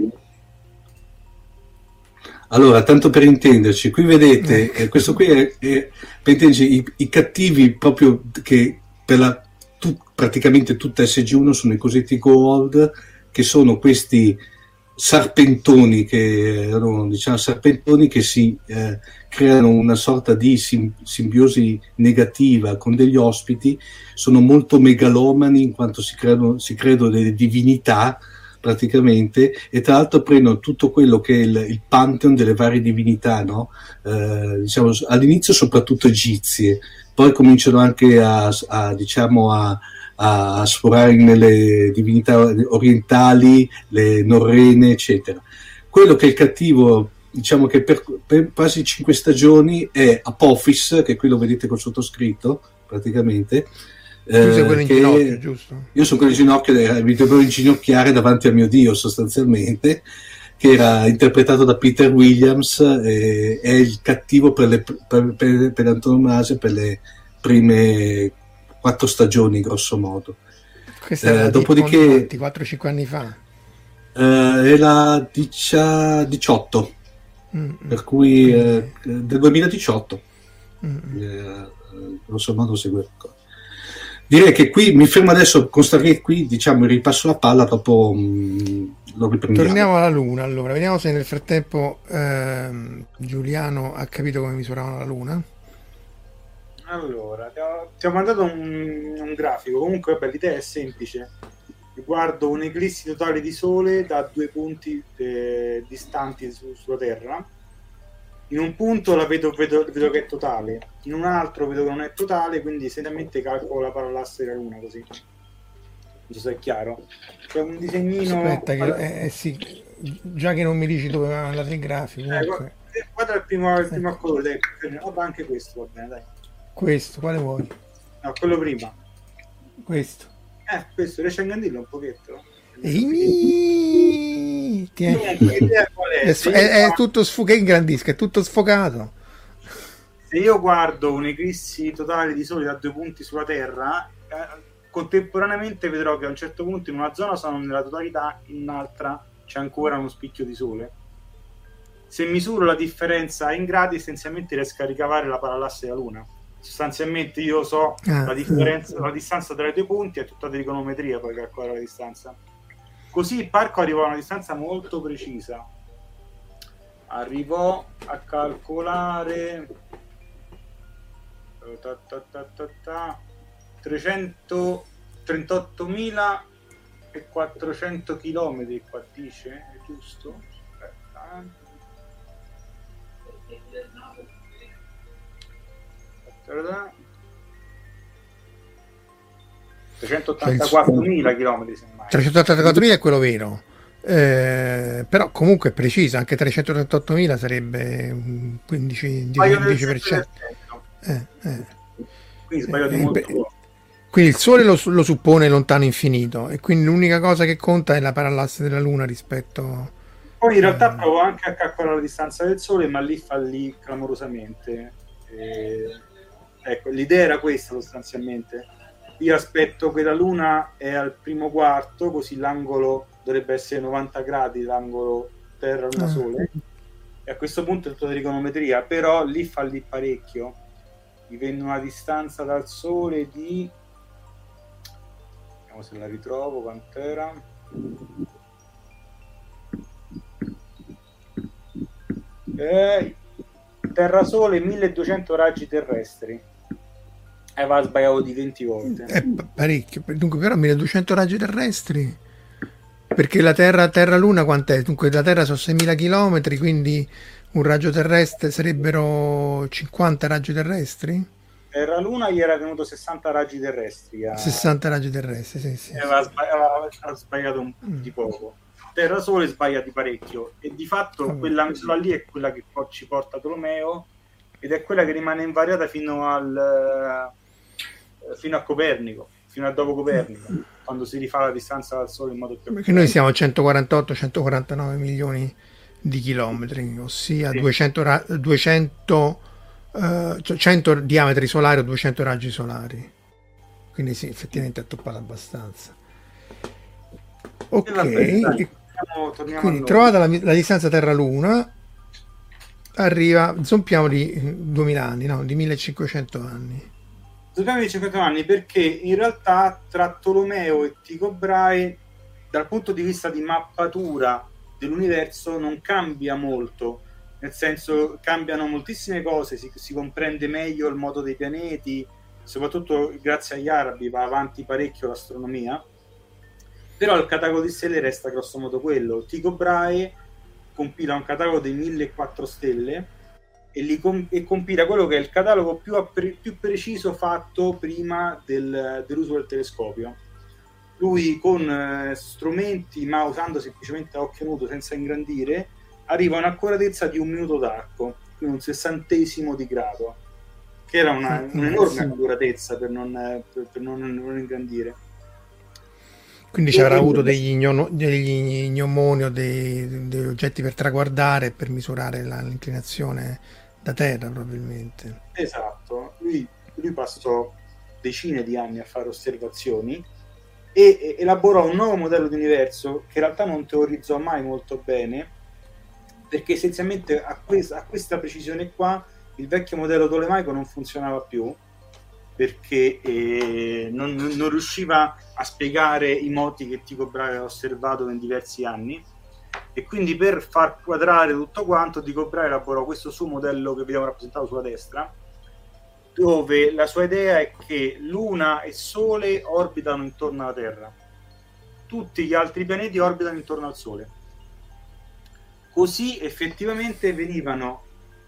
Allora, tanto per intenderci, qui vedete, eh, questo qui è, è per intenderci, i, i cattivi proprio che per la tu, praticamente tutta S G uno sono i cosiddetti Goa'uld, che sono questi sarpentoni che erano, diciamo, sarpentoni che si eh, creano una sorta di sim- simbiosi negativa con degli ospiti, sono molto megalomani in quanto si creano, si creano delle divinità praticamente, e tra l'altro prendono tutto quello che è il, il pantheon delle varie divinità, no? Eh, diciamo all'inizio soprattutto egizie, poi cominciano anche a, a diciamo a a sforare nelle divinità orientali, le norrene, eccetera. Quello che è il cattivo, diciamo che per, per quasi cinque stagioni è Apophis, che qui lo vedete col sottoscritto, praticamente. Tu sei eh, quello in ginocchio, giusto? Io sono quello in ginocchio, mi devo inginocchiare davanti a mio Dio, sostanzialmente, che era interpretato da Peter Williams, eh, è il cattivo per, le, per, per, per antonomasia per le prime quattro stagioni grosso modo. Questa eh, dopodiché quattro cinque anni fa eh, è la diciotto mm, per cui mm. eh, del duemiladiciotto mm. eh, grosso modo segue. Direi che qui mi fermo adesso con Stargate, qui diciamo ripasso la palla, dopo mh, lo riprendiamo. Torniamo alla Luna, allora vediamo se nel frattempo ehm, Giuliano ha capito come misuravano la Luna. Allora, ti ho, ti ho mandato un, un grafico, comunque beh, l'idea è semplice. Guardo un'eclissi totale di sole da due punti eh, distanti su, sulla Terra. In un punto la vedo, vedo, vedo che è totale, in un altro vedo che non è totale, quindi essenzialmente calcolo la parallasse della Luna così. Non so se è chiaro. C'è un disegnino... Aspetta, che, eh, eh, sì, già che non mi dici dove va andare il grafico. Eh, guarda, guarda il primo, il primo colore, vabbè, anche questo va bene, dai. Questo, quale vuoi? No, quello prima. Questo. Eh, questo, riesci a ingrandirlo un pochetto? Ehi, è, è, è, è tutto sfocato, ingrandisca, è tutto sfocato. Se io guardo un'eclissi totale di sole da due punti sulla Terra, eh, contemporaneamente vedrò che a un certo punto in una zona sono nella totalità, in un'altra c'è ancora uno spicchio di sole. Se misuro la differenza in gradi, essenzialmente riesco a ricavare la parallasse della Luna. Sostanzialmente io so ah, la differenza, uh. la distanza tra i due punti, è tutta trigonometria poi calcolare la distanza. Così il parco arrivò a una distanza molto precisa. Arrivò a calcolare ta ta ta ta ta, trecentotrentottomilaquattrocento chilometri, qua dice, è giusto? Aspetta. trecentottantaquattromila chilometri semmai. trecentottantaquattromila è quello vero, eh, però comunque è precisa, anche trecentotrentottomila sarebbe un quindici per cento. Eh, eh. Quindi sbaglio di molto. Eh, quindi il Sole lo, lo suppone lontano infinito e quindi l'unica cosa che conta è la parallasse della Luna rispetto... Poi in realtà provo anche a calcolare la distanza del Sole, ma lì fallì clamorosamente. Eh, ecco, l'idea era questa sostanzialmente. io aspetto che la Luna è al primo quarto, così l'angolo dovrebbe essere novanta gradi, l'angolo Terra-Luna-Sole, e a questo punto è tutta trigonometria, però lì fallì parecchio, dipende una distanza dal Sole di... vediamo se la ritrovo, quant'era... Eh, Terra-Sole milleduecento raggi terrestri. E va sbagliato di venti volte. È parecchio. Dunque, però milleduecento raggi terrestri, perché la Terra, Terra-Luna quant'è? Dunque la Terra sono seimila chilometri, quindi un raggio terrestre sarebbero cinquanta raggi terrestri? Terra-Luna gli era venuto sessanta raggi terrestri. A... sessanta raggi terrestri, sì, sì. Aveva sbagliato, aveva sbagliato un mm. di poco. Terra-Sole sbaglia di parecchio, e di fatto oh, quella misura lì è quella che ci porta Tolomeo, ed è quella che rimane invariata fino al fino a Copernico, fino a dopo Copernico, mm. quando si rifà la distanza dal Sole in modo più... Perché noi siamo a centoquarantotto centoquarantanove milioni di chilometri, ossia sì. duecento, ra- duecento uh, cioè cento diametri solari o duecento raggi solari, quindi sì, effettivamente è toppato abbastanza. Ok, vabbè, dai, torniamo, torniamo quindi trovata la, la distanza Terra-Luna, arriva, zompiamo di duemila anni, no, di millecinquecento anni. Zompiamo di cinquecento anni perché in realtà tra Tolomeo e Tycho Brahe, dal punto di vista di mappatura dell'universo, non cambia molto, nel senso cambiano moltissime cose, si, si comprende meglio il moto dei pianeti, soprattutto grazie agli arabi va avanti parecchio l'astronomia, però il catalogo di stelle resta grosso modo quello. Tycho Brahe compila un catalogo di millequattrocento stelle e, li com- e compila quello che è il catalogo più, appre- più preciso fatto prima del, dell'uso del telescopio. Lui con eh, strumenti, ma usando semplicemente a occhio nudo senza ingrandire, arriva a un'accuratezza di un minuto d'arco, quindi un sessantesimo di grado, che era una, un'enorme accuratezza per non, per, per non, non ingrandire. Quindi ci avrà avuto degli, igno, degli gnomoni o dei, degli oggetti per traguardare, per misurare la, l'inclinazione da terra, probabilmente. Esatto, lui, lui passò decine di anni a fare osservazioni e, e elaborò un nuovo modello di universo che in realtà non teorizzò mai molto bene, perché essenzialmente a, que- a questa precisione qua il vecchio modello tolemaico non funzionava più, perché eh, non, non riusciva a spiegare i moti che Tycho Brahe aveva osservato in diversi anni, e quindi per far quadrare tutto quanto Tycho Brahe elaborò questo suo modello che vediamo rappresentato sulla destra, dove la sua idea è che Luna e Sole orbitano intorno alla Terra, tutti gli altri pianeti orbitano intorno al Sole, così effettivamente venivano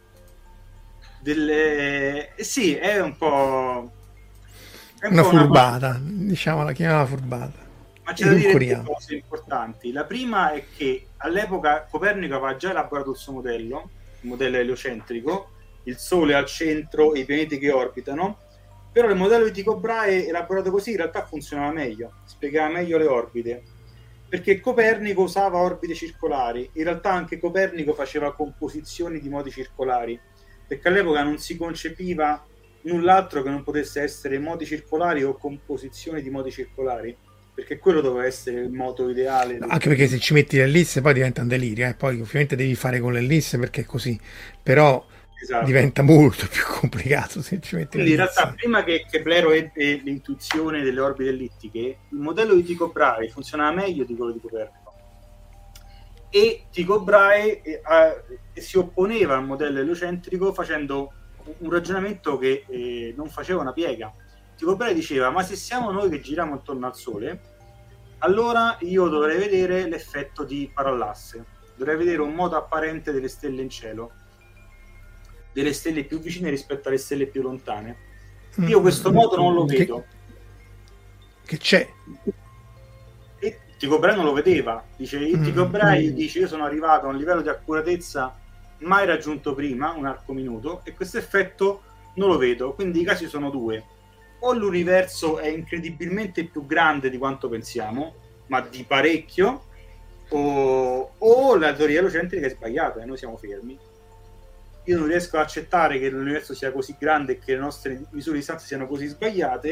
delle... Eh sì, è un po'... È un una po' furbata, una... diciamo, la chiamiamo furbata. Ma c'è da dire due cose importanti. La prima è che all'epoca Copernico aveva già elaborato il suo modello, il modello eliocentrico, il Sole al centro e i pianeti che orbitano, però il modello di Tycho Brahe elaborato così in realtà funzionava meglio, spiegava meglio le orbite, perché Copernico usava orbite circolari. In realtà anche Copernico faceva composizioni di modi circolari, perché all'epoca non si concepiva null'altro che non potesse essere modi circolari o composizioni di modi circolari, perché quello doveva essere il modo ideale. Anche perché se ci metti l'ellisse poi diventa un delirio, eh? Poi ovviamente devi fare con l'ellisse perché è così, però esatto, diventa molto più complicato se ci metti quindi l'ellisse. In realtà prima che Keplero ebbe l'intuizione delle orbite ellittiche, il modello di Tycho Brahe funzionava meglio di quello di Copernico, e Tycho Brahe eh, eh, si opponeva al modello eliocentrico facendo un ragionamento che eh, non faceva una piega. Tycho Brahe diceva: ma se siamo noi che giriamo intorno al Sole, allora io dovrei vedere l'effetto di parallasse, dovrei vedere un moto apparente delle stelle in cielo, delle stelle più vicine rispetto alle stelle più lontane. Io questo moto non lo vedo. Che, che c'è? E Tycho Brahe non lo vedeva. Dice, Tycho Brahe dice: io sono arrivato a un livello di accuratezza mai raggiunto prima, un arco minuto, e questo effetto non lo vedo. Quindi i casi sono due: o l'universo è incredibilmente più grande di quanto pensiamo, ma di parecchio, o, o la teoria eliocentrica è sbagliata e noi siamo fermi. Io non riesco ad accettare che l'universo sia così grande e che le nostre misure di distanza siano così sbagliate,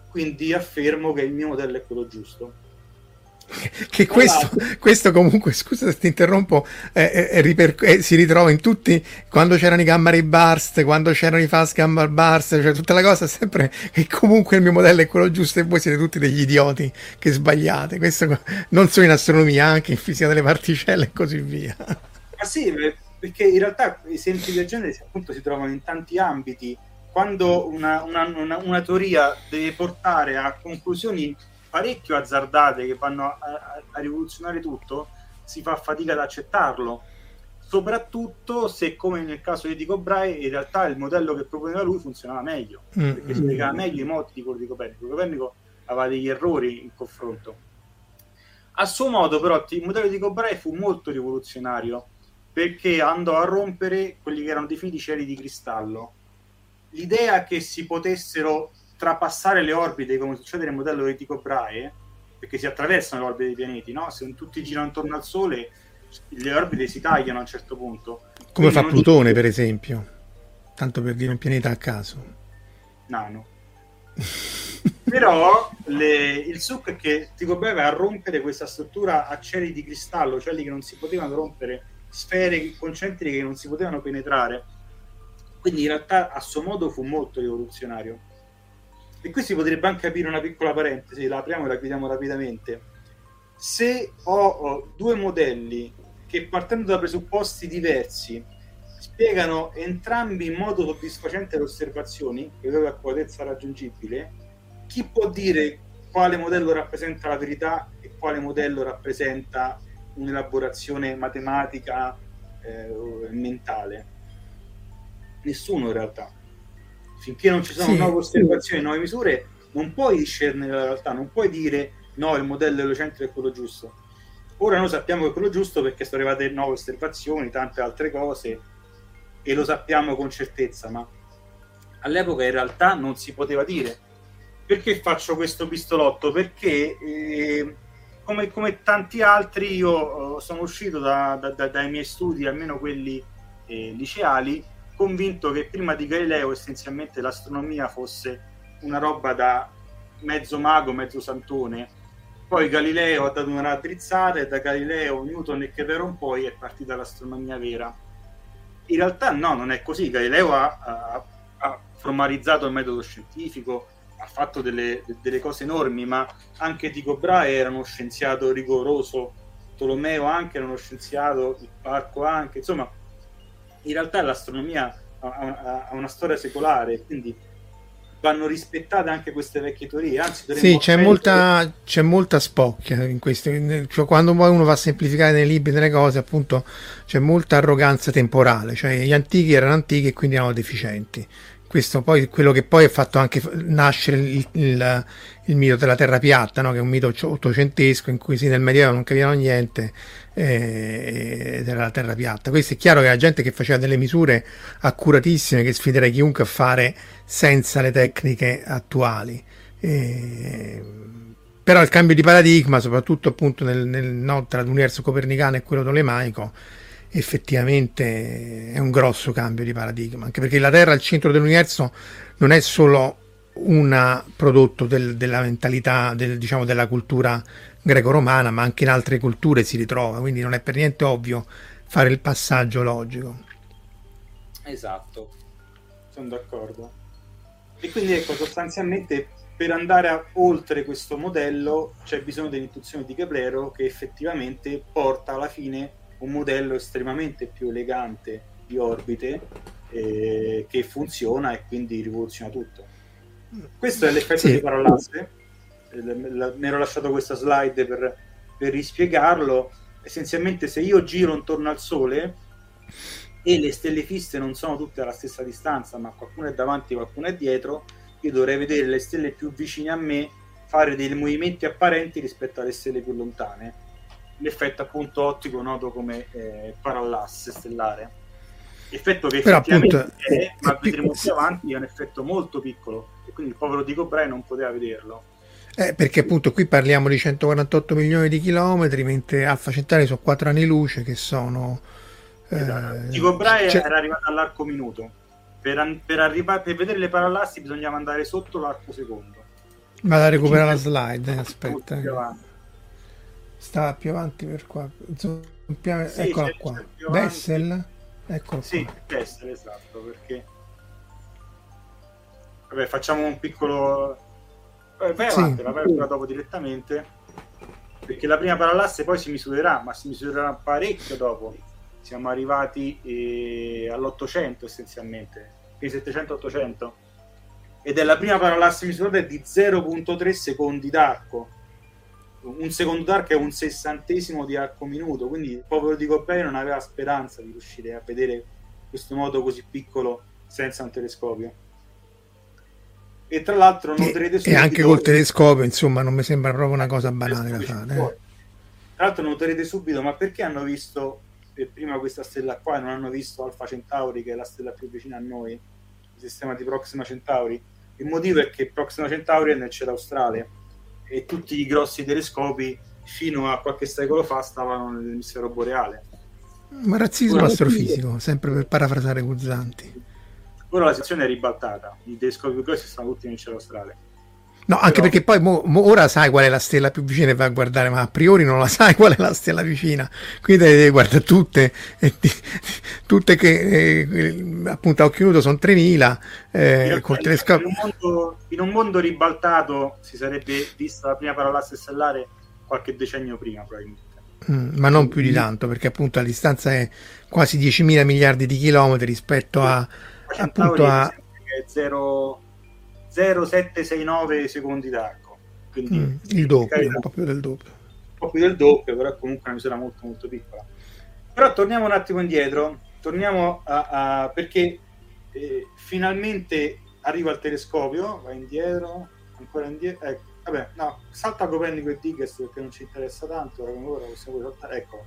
quindi affermo che il mio modello è quello giusto. Che questo, questo comunque, scusa se ti interrompo, eh, eh, riper- eh, si ritrova in tutti, quando c'erano i gamma ray burst, quando c'erano i fast gamma burst, cioè tutta la cosa sempre che comunque il mio modello è quello giusto e voi siete tutti degli idioti che sbagliate. Questo non solo in astronomia, anche in fisica delle particelle e così via. Ma sì, perché in realtà esempi del genere appunto si trovano in tanti ambiti. Quando una, una, una, una teoria deve portare a conclusioni parecchio azzardate che vanno a, a, a rivoluzionare tutto, si fa fatica ad accettarlo, soprattutto se, come nel caso di Tycho Brahe, in realtà il modello che proponeva lui funzionava meglio, mm-hmm. perché spiegava meglio i modi di quello di Copernico. Copernico aveva degli errori in confronto. A suo modo però il modello di Tycho Brahe fu molto rivoluzionario, perché andò a rompere quelli che erano definiti cieli di cristallo. L'idea che si potessero trapassare le orbite, come succede nel modello di Tycho Brahe, perché si attraversano le orbite dei pianeti, no? Se tutti girano intorno al Sole, le orbite si tagliano a un certo punto. Come fa Plutone, per esempio, tanto per dire un pianeta a caso. Nano. Però le, il succo è che Tycho Brahe va a rompere questa struttura a cieli di cristallo, cieli che non si potevano rompere, sfere concentriche che non si potevano penetrare. Quindi in realtà a suo modo fu molto rivoluzionario. E qui si potrebbe anche aprire una piccola parentesi, la apriamo e la chiudiamo rapidamente. Se ho, ho due modelli che, partendo da presupposti diversi, spiegano entrambi in modo soddisfacente le osservazioni, che è a quadrezza raggiungibile, chi può dire quale modello rappresenta la verità e quale modello rappresenta un'elaborazione matematica eh, mentale? Nessuno in realtà. Finché non ci sono sì. nuove osservazioni, nuove misure, non puoi discernere la realtà, non puoi dire no, il modello eliocentrico è quello giusto. Ora noi sappiamo che è quello giusto perché sono arrivate nuove osservazioni, tante altre cose, e lo sappiamo con certezza, ma all'epoca in realtà non si poteva dire. Perché faccio questo pistolotto? Perché eh, come, come tanti altri io eh, sono uscito da, da, da, dai miei studi, almeno quelli eh, liceali, convinto che prima di Galileo essenzialmente l'astronomia fosse una roba da mezzo mago, mezzo santone. Poi Galileo ha dato una raddrizzata e da Galileo, Newton e che per un poi è partita l'astronomia vera. In realtà no, non è così. Galileo ha, ha, ha formalizzato il metodo scientifico, ha fatto delle, delle cose enormi, ma anche Tycho Brahe era uno scienziato rigoroso, Tolomeo anche era uno scienziato, Hipparco anche, insomma in realtà l'astronomia ha una storia secolare, quindi vanno rispettate anche queste vecchie teorie. Anzi, sì, c'è molta, che... c'è molta spocchia in questo, cioè, quando poi uno va a semplificare nei libri delle cose, appunto c'è molta arroganza temporale, cioè gli antichi erano antichi e quindi erano deficienti. Questo poi quello che poi ha fatto anche nascere il, il, il mito della terra piatta, no? Che è un mito ottocentesco in cui sì, nel Medioevo non capivano niente eh, ed era la terra piatta. Questo è chiaro che la gente che faceva delle misure accuratissime che sfiderei chiunque a fare senza le tecniche attuali. Eh, però il cambio di paradigma, soprattutto appunto nel, nel, no, tra l'universo copernicano e quello tolemaico, effettivamente è un grosso cambio di paradigma, anche perché la Terra al centro dell'universo non è solo un prodotto del, della mentalità del, diciamo della cultura greco-romana, ma anche in altre culture si ritrova, quindi non è per niente ovvio fare il passaggio logico. Esatto, sono d'accordo. E quindi ecco, sostanzialmente per andare a, oltre questo modello c'è bisogno dell'intuizione di Keplero, che effettivamente porta alla fine un modello estremamente più elegante di orbite eh, che funziona e quindi rivoluziona tutto. Questo è l'effetto sì. di parallasse. Mi ero lasciato questa slide per, per rispiegarlo. Essenzialmente, se io giro intorno al Sole e le stelle fisse non sono tutte alla stessa distanza, ma qualcuno è davanti, qualcuno è dietro, io dovrei vedere le stelle più vicine a me fare dei movimenti apparenti rispetto alle stelle più lontane. L'effetto appunto ottico noto come eh, parallasse stellare, effetto che però effettivamente appunto, è, ma è vedremo più avanti, è un effetto molto piccolo e quindi il povero Tycho Brahe non poteva vederlo. Eh, perché appunto qui parliamo di centoquarantotto milioni di chilometri, mentre Alfa Centauri sono quattro anni luce che sono eh, Tycho Brahe cioè... era arrivato all'arco minuto. Per, per, arrivare, per vedere le parallassi bisognava andare sotto l'arco secondo. Vado a recuperare la slide, eh, aspetta. Più avanti. Sta più avanti per qua. Zompia- Sì, Eccola c'è- qua. c'è più avanti. Dessel? Eccolo Sì, qua. testa, esatto, perché... Vabbè, facciamo un piccolo... Vai, vai Sì. avanti, la vai ancora dopo direttamente, perché la prima parallasse poi si misurerà, ma si misurerà parecchio dopo. Siamo arrivati eh, all'ottocento essenzialmente, quindi settecento ottocento, ed è la prima parallasse misurata di zero virgola tre secondi d'arco. Un secondo d'arco è un sessantesimo di arco minuto, quindi il povero di Cobain non aveva speranza di riuscire a vedere questo modo così piccolo senza un telescopio. E tra l'altro noterete E, e subito anche col telescopio, insomma, non mi sembra proprio una cosa banale da fare. Eh. Tra l'altro noterete subito, ma perché hanno visto eh, prima questa stella qua e non hanno visto Alpha Centauri, che è la stella più vicina a noi, il sistema di Proxima Centauri? Il motivo è che Proxima Centauri è nel cielo australe e tutti i grossi telescopi fino a qualche secolo fa stavano nell'emisfero boreale. Ma razzismo astrofisico, sempre per parafrasare Guzzanti. Ora la situazione è ribaltata, i telescopi più grossi stanno tutti nel cielo australe. No, anche Però- perché poi mo, mo ora sai qual è la stella più vicina e vai a guardare, ma a priori non la sai qual è la stella vicina. Quindi devi, devi guardare tutte, e ti- tutte che eh, appunto a occhio nudo sono tremila, eh, col in, telescopio. un mondo, in un mondo ribaltato si sarebbe vista la prima parallasse stellare qualche decennio prima, probabilmente. Mm, ma non più di tanto, perché appunto la distanza è quasi diecimila miliardi di chilometri rispetto a appunto a è zero virgola settecentosettantanove secondi d'arco, quindi mm, il doppio, carità, un po' più del doppio. un po' più del doppio, però è comunque una misura molto molto piccola. Però torniamo un attimo indietro, torniamo a, a perché eh, finalmente arriva il telescopio, va indietro, ancora indietro, ecco, vabbè, no, salta Copernico e Digges perché non ci interessa tanto, ora possiamo saltare, ecco.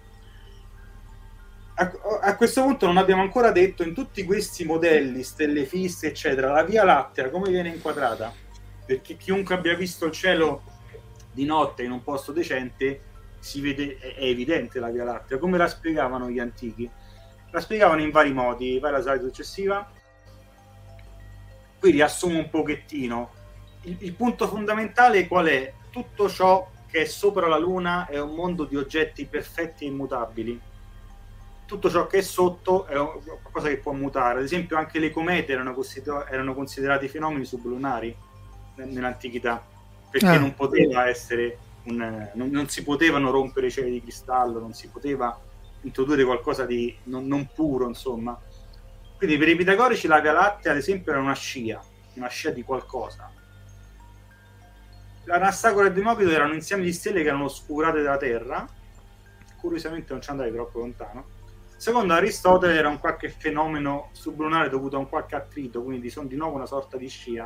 A, a questo punto non abbiamo ancora detto in tutti questi modelli, stelle fisse eccetera, la Via Lattea come viene inquadrata, perché chiunque abbia visto il cielo di notte in un posto decente si vede, è evidente la Via Lattea. Come la spiegavano gli antichi? La spiegavano in vari modi. Vai alla slide successiva. Qui riassumo un pochettino il, il punto fondamentale qual è? Tutto ciò che è sopra la Luna è un mondo di oggetti perfetti e immutabili. Tutto ciò che è sotto è qualcosa che può mutare. Ad esempio anche le comete erano, consider- erano considerati fenomeni sublunari nell'antichità, perché Ah. non poteva essere un, non, non si potevano rompere i cieli di cristallo, non si poteva introdurre qualcosa di non, non puro, insomma. Quindi per i pitagorici la Via Lattea ad esempio era una scia, una scia di qualcosa. L'Anastagora e Democrito erano insieme di stelle che erano oscurate dalla Terra. Curiosamente non ci andai troppo lontano. Secondo Aristotele era un qualche fenomeno sublunare dovuto a un qualche attrito, quindi sono di nuovo una sorta di scia.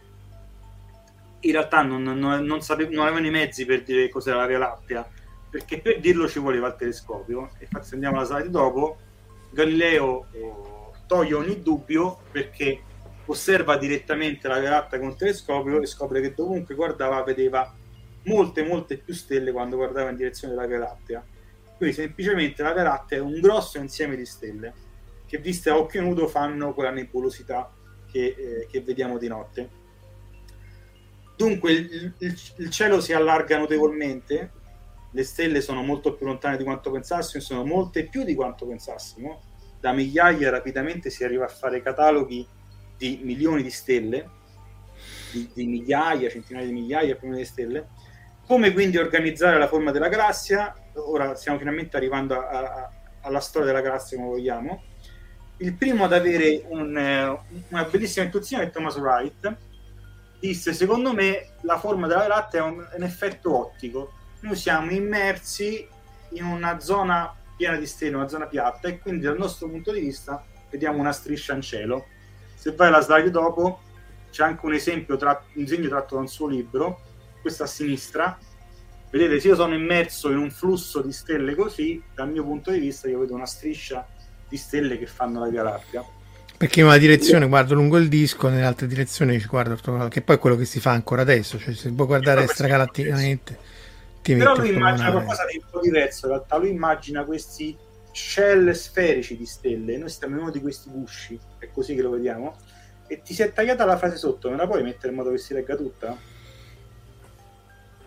In realtà non, non, non, sapevo, non avevano i mezzi per dire cos'era la Via Lattea, perché per dirlo ci voleva il telescopio. E infatti se andiamo alla slide dopo, Galileo eh, toglie ogni dubbio perché osserva direttamente la Via Lattea con il telescopio e scopre che dovunque guardava vedeva molte molte più stelle quando guardava in direzione della Via Lattea. Quindi semplicemente la Via Lattea è un grosso insieme di stelle che viste a occhio nudo fanno quella nebulosità che, eh, che vediamo di notte. Dunque il, il, il cielo si allarga notevolmente, le stelle sono molto più lontane di quanto pensassimo, sono molte più di quanto pensassimo, da migliaia rapidamente si arriva a fare cataloghi di milioni di stelle, di, di migliaia, centinaia di migliaia prima di stelle. Come quindi organizzare la forma della galassia? Ora stiamo finalmente arrivando a, a, alla storia della galassia come vogliamo. Il primo ad avere un, una bellissima intuizione è Thomas Wright. Disse: secondo me la forma della Lattea è un, un effetto ottico. Noi siamo immersi in una zona piena di stelle, una zona piatta, e quindi dal nostro punto di vista vediamo una striscia in cielo. Se vai alla slide dopo c'è anche un esempio, tra, un disegno tratto da un suo libro, questo a sinistra. Vedete, se io sono immerso in un flusso di stelle così, dal mio punto di vista io vedo una striscia di stelle che fanno la Via Lattea. Perché in una direzione guardo lungo il disco, nell'altra direzione ci guardo ortogonale, che poi è quello che si fa ancora adesso, cioè se vuoi guardare extragalatticamente ti metti però lui immagina ortogonale. qualcosa di un po' diverso. In realtà lui immagina questi shell sferici di stelle, noi stiamo in uno di questi gusci, è così che lo vediamo. E ti si è tagliata la frase sotto, me la puoi mettere in modo che si legga tutta?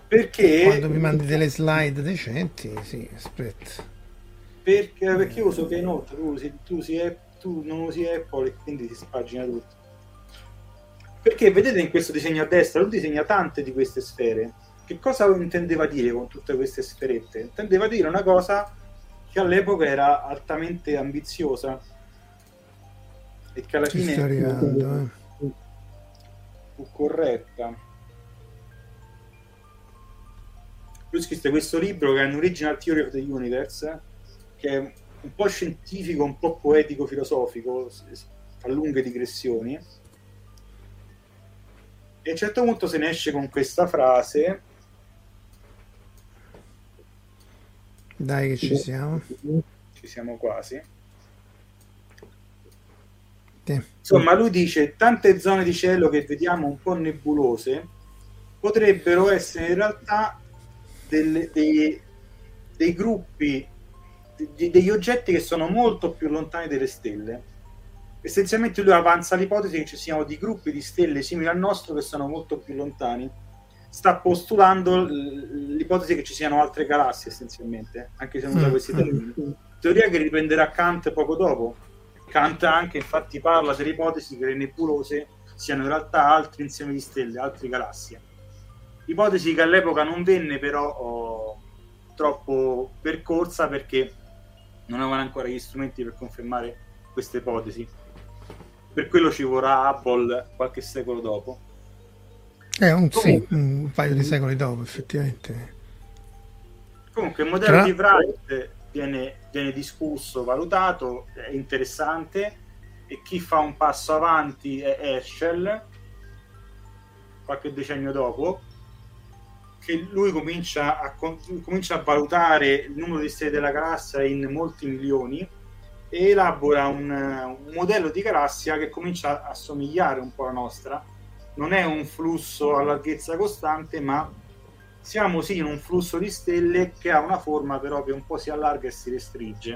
Perché quando mi mandi delle slide decenti, sì, aspetta. Perché, perché io uso Keynote, tu, usi, tu, usi, tu non usi Apple e quindi si spagina tutto. Perché vedete in questo disegno a destra, lui disegna tante di queste sfere. Che cosa intendeva dire con tutte queste sferette? Intendeva dire una cosa che all'epoca era altamente ambiziosa e che alla Ci fine sto arrivando, eh. fu, fu corretta. Lui scrisse questo libro che è un Original Theory of the Universe, che è un po' scientifico, un po' poetico, filosofico, fa lunghe digressioni, e a un certo punto se ne esce con questa frase. Dai che ci siamo. Ci siamo quasi. Sì. Insomma, lui dice: tante zone di cielo che vediamo un po' nebulose potrebbero essere in realtà delle, dei, dei gruppi, de, degli oggetti che sono molto più lontani delle stelle. Essenzialmente lui avanza l'ipotesi che ci siano dei gruppi di stelle simili al nostro che sono molto più lontani. Sta postulando l'ipotesi che ci siano altre galassie, essenzialmente, anche se non usa questi termini. Teoria che riprenderà Kant poco dopo. Kant anche infatti parla dell'ipotesi che le nebulose siano in realtà altri insieme di stelle, altre galassie. Ipotesi che all'epoca non venne però oh, troppo percorsa, perché non avevano ancora gli strumenti per confermare queste ipotesi. Per quello ci vorrà Hubble qualche secolo dopo. Eh, un, sì, un paio di secoli dopo, effettivamente. Comunque il modello Tra... di Wright viene, viene discusso, valutato, è interessante, e chi fa un passo avanti è Herschel, qualche decennio dopo, che lui comincia a, comincia a valutare il numero di stelle della galassia in molti milioni e elabora un, un modello di galassia che comincia a somigliare un po' alla nostra. Non è un flusso a larghezza costante, ma siamo sì in un flusso di stelle che ha una forma però che un po' si allarga e si restringe,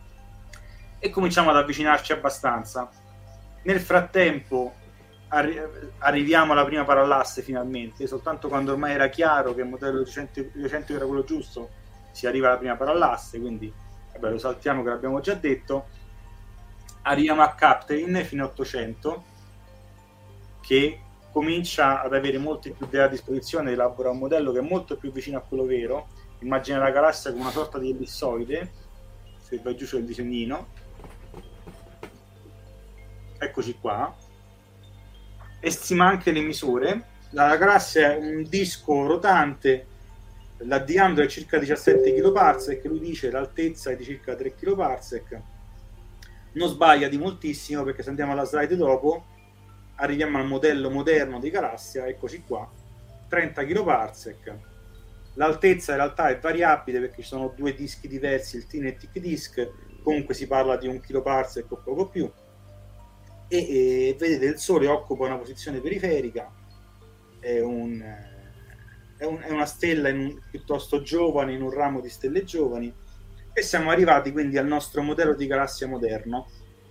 e cominciamo ad avvicinarci abbastanza. Nel frattempo arri- arriviamo alla prima parallasse finalmente, soltanto quando ormai era chiaro che il modello recente era quello giusto si arriva alla prima parallasse, quindi vabbè, lo saltiamo che l'abbiamo già detto. Arriviamo a Kapteyn fino a ottocento, che comincia ad avere molti più dati a disposizione, elabora un modello che è molto più vicino a quello vero. Immagina la galassia come una sorta di ellissoide, se vai giù c'è il disegnino, eccoci qua, e stima anche le misure. La galassia è un disco rotante, la diametro è circa diciassette chiloparsec, lui dice l'altezza è di circa tre chiloparsec. Non sbaglia di moltissimo, perché se andiamo alla slide dopo arriviamo al modello moderno di galassia, eccoci qua, trenta chiloparsec. L'altezza in realtà è variabile perché ci sono due dischi diversi, il thin e il thick disk, comunque si parla di un chiloparsec o poco più, e, e vedete il Sole occupa una posizione periferica, è, un, è, un, è una stella in un, piuttosto giovane, in un ramo di stelle giovani, e siamo arrivati quindi al nostro modello di galassia moderno.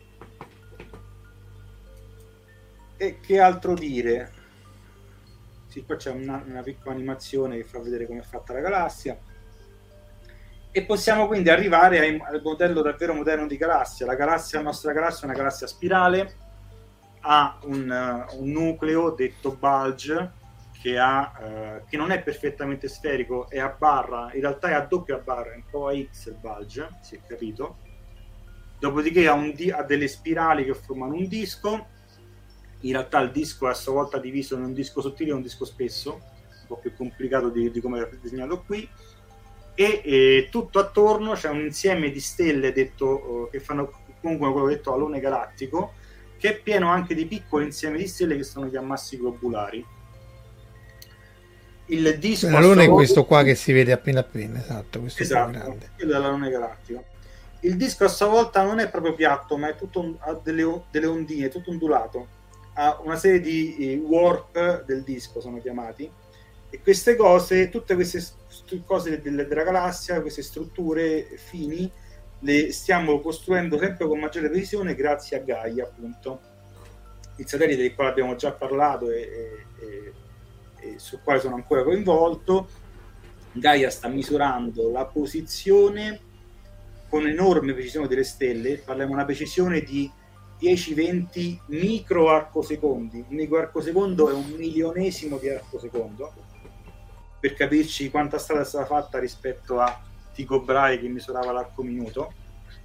E che altro dire? Sì, qua c'è una, una piccola animazione che fa vedere come è fatta la galassia, e possiamo quindi arrivare ai, al modello davvero moderno di galassia. La galassia, la nostra galassia è una galassia spirale, ha un, uh, un nucleo detto bulge che, ha, uh, che non è perfettamente sferico, è a barra, in realtà è a doppia barra, è un po' a X il bulge, si è capito. Dopodiché ha, un di- ha delle spirali che formano un disco. In realtà il disco è a sua volta diviso in un disco sottile e un disco spesso, un po' più complicato di, di come è disegnato qui, e, e tutto attorno c'è un insieme di stelle detto, che fanno comunque quello detto alone galattico, che è pieno anche di piccoli insiemi di stelle che sono gli ammassi globulari. Il disco l'alone è questo qua che si vede appena appena, esatto, questo esatto, è grande. Quello dell'alone galattico. Il disco a sua volta non è proprio piatto, ma è tutto un, ha delle, delle ondine, tutto ondulato, ha una serie di eh, warp del disco, sono chiamati, e queste cose, tutte queste st- cose del, della galassia, queste strutture fini, le stiamo costruendo sempre con maggiore precisione grazie a Gaia, appunto, il satellite del quale abbiamo già parlato e, e, e, e sul quale sono ancora coinvolto, Gaia sta misurando la posizione con enorme precisione delle stelle, parliamo di una precisione di dieci venti micro arcosecondi. Un micro arcosecondo è un milionesimo di arcosecondo, per capirci quanta strada è stata fatta rispetto a Tycho Brahe che misurava l'arco minuto.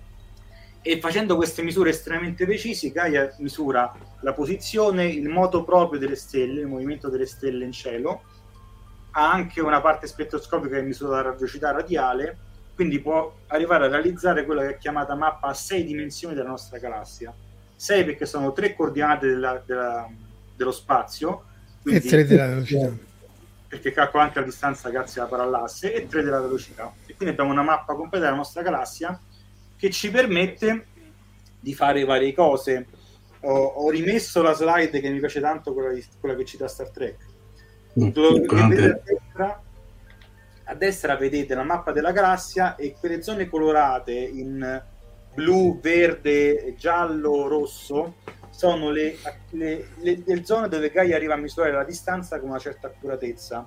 E facendo queste misure estremamente precise, Gaia misura la posizione, il moto proprio delle stelle, il movimento delle stelle in cielo, ha anche una parte spettroscopica che misura la velocità radiale, quindi può arrivare a realizzare quella che è chiamata mappa a sei dimensioni della nostra galassia. sei perché sono tre coordinate della, della, dello spazio, e tre della velocità, perché calcola anche la distanza grazie alla parallasse, e tre della velocità. E quindi abbiamo una mappa completa della nostra galassia che ci permette di fare varie cose. Ho, ho rimesso la slide che mi piace tanto, quella, di, quella che cita Star Trek. Mm, vedete a, destra, a destra vedete la mappa della galassia e quelle zone colorate in blu, verde, giallo, rosso sono le, le, le, le zone dove Gaia arriva a misurare la distanza con una certa accuratezza.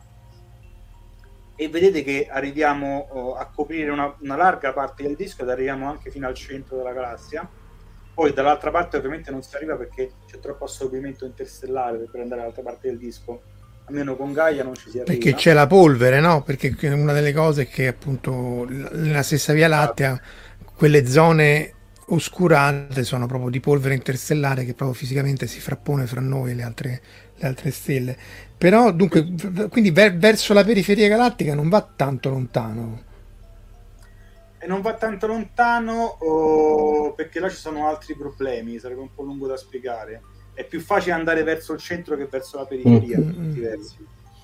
E vedete che arriviamo oh, a coprire una, una larga parte del disco ed arriviamo anche fino al centro della galassia. Poi dall'altra parte ovviamente non si arriva perché c'è troppo assorbimento interstellare per andare dall'altra parte del disco. Almeno con Gaia non ci si arriva. Perché c'è la polvere, no? Perché una delle cose è che appunto nella stessa Via Lattea quelle zone oscurate sono proprio di polvere interstellare che proprio fisicamente si frappone fra noi e le altre, le altre stelle. Però dunque, quindi ver- verso la periferia galattica non va tanto lontano. E non va tanto lontano oh, perché là ci sono altri problemi, sarebbe un po' lungo da spiegare. È più facile andare verso il centro che verso la periferia. Mm-hmm. Diversi.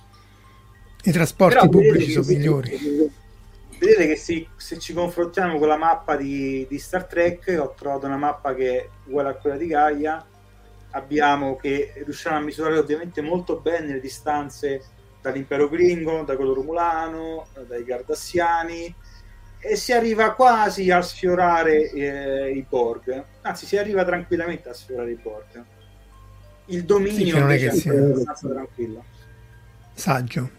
I trasporti Però, pubblici sono migliori. Vedete che se, se ci confrontiamo con la mappa di, di Star Trek, ho trovato una mappa che è uguale a quella di Gaia. Abbiamo che riusciamo a misurare ovviamente molto bene le distanze dall'impero Klingon, da quello romulano, dai Cardassiani, e si arriva quasi a sfiorare eh, i Borg. Anzi, si arriva tranquillamente a sfiorare i Borg. Il dominio sì, non è che sia abbastanza tranquillo. Saggio.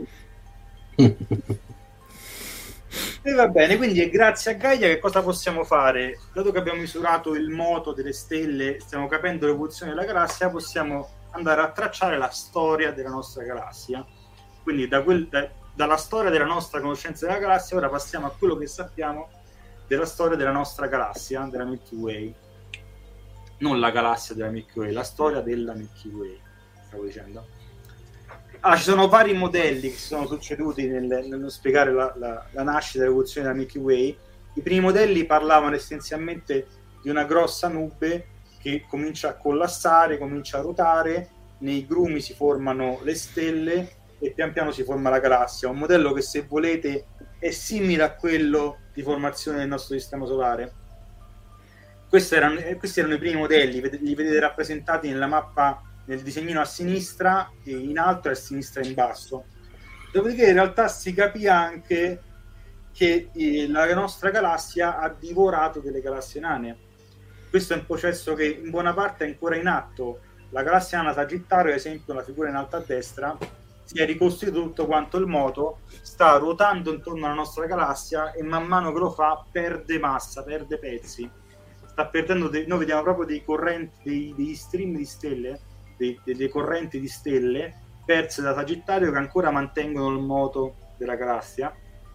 E va bene, quindi grazie a Gaia che cosa possiamo fare? Dato che abbiamo misurato il moto delle stelle, stiamo capendo l'evoluzione della galassia, possiamo andare a tracciare la storia della nostra galassia. Quindi da quel, da, dalla storia della nostra conoscenza della galassia ora passiamo a quello che sappiamo della storia della nostra galassia, della Milky Way. Non la galassia della Milky Way, la storia della Milky Way, stavo dicendo. Ah, ci sono vari modelli che si sono succeduti nel, nello spiegare la, la, la nascita e l'evoluzione della Milky Way. I primi modelli parlavano essenzialmente di una grossa nube che comincia a collassare, comincia a ruotare, nei grumi si formano le stelle e pian piano si forma la galassia. Un modello che, se volete, è simile a quello di formazione del nostro sistema solare. Questi erano, questi erano i primi modelli, li vedete rappresentati nella mappa, nel disegnino a sinistra in alto e a sinistra in basso. Dopodiché in realtà si capì anche che eh, la nostra galassia ha divorato delle galassie nane. Questo è un processo che in buona parte è ancora in atto. La galassia nana Sagittario, ad esempio, la figura in alto a destra, si è ricostruito tutto quanto il moto, sta ruotando intorno alla nostra galassia e man mano che lo fa perde massa, perde pezzi. Sta perdendo dei, noi vediamo proprio dei correnti, dei, degli stream di stelle, dei, delle correnti di stelle perse da Sagittario che ancora mantengono il moto della galassia,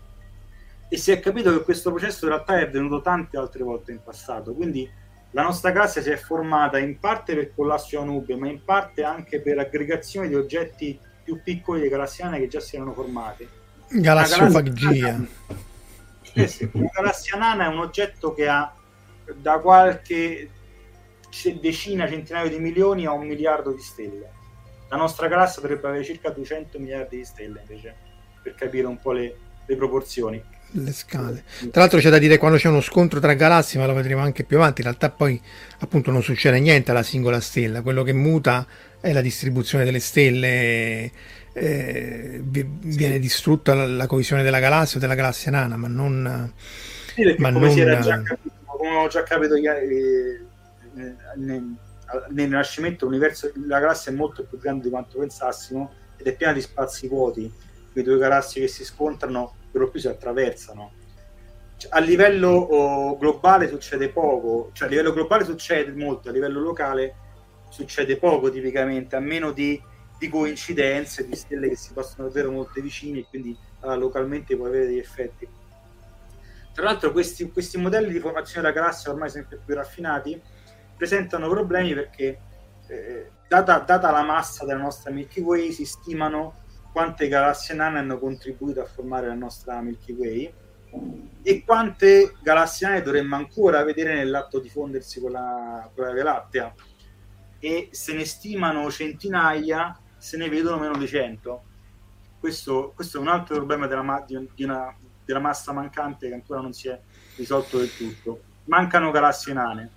e si è capito che questo processo in realtà è avvenuto tante altre volte in passato. Quindi la nostra galassia si è formata in parte per collasso a nube, ma in parte anche per aggregazione di oggetti più piccoli delle galassie nane che già si erano formate. Galassiofagia. Eh sì, una galassia nana è un oggetto che ha da qualche decina, centinaio di milioni a un miliardo di stelle. La nostra galassia dovrebbe avere circa duecento miliardi di stelle, invece, per capire un po' le, le proporzioni. Le scale. Tra l'altro c'è da dire, quando c'è uno scontro tra galassie, ma lo vedremo anche più avanti, in realtà poi appunto non succede niente alla singola stella, quello che muta è la distribuzione delle stelle, eh, viene sì. distrutta la, la coesione della galassia o della galassia nana, ma non... Sì, perché ma come non... si era già capito, come ho già capito eh, nel, nel Rinascimento, l'universo, la galassia è molto più grande di quanto pensassimo ed è piena di spazi vuoti. le due galassie che si scontrano per lo più si attraversano. Cioè, a livello oh, globale succede poco, cioè a livello globale succede molto, a livello locale succede poco tipicamente, a meno di, di coincidenze, di stelle che si possono davvero molto vicine, e quindi uh, localmente può avere degli effetti. Tra l'altro questi, questi modelli di formazione della galassia ormai sempre più raffinati presentano problemi perché eh, data, data la massa della nostra Milky Way si stimano quante galassie nane hanno contribuito a formare la nostra Milky Way e quante galassie nane dovremmo ancora vedere nell'atto di fondersi con la, con la Via Lattea, e se ne stimano centinaia, se ne vedono meno di cento. Questo, questo è un altro problema della, ma, di, di una, della massa mancante che ancora non si è risolto del tutto. Mancano galassie nane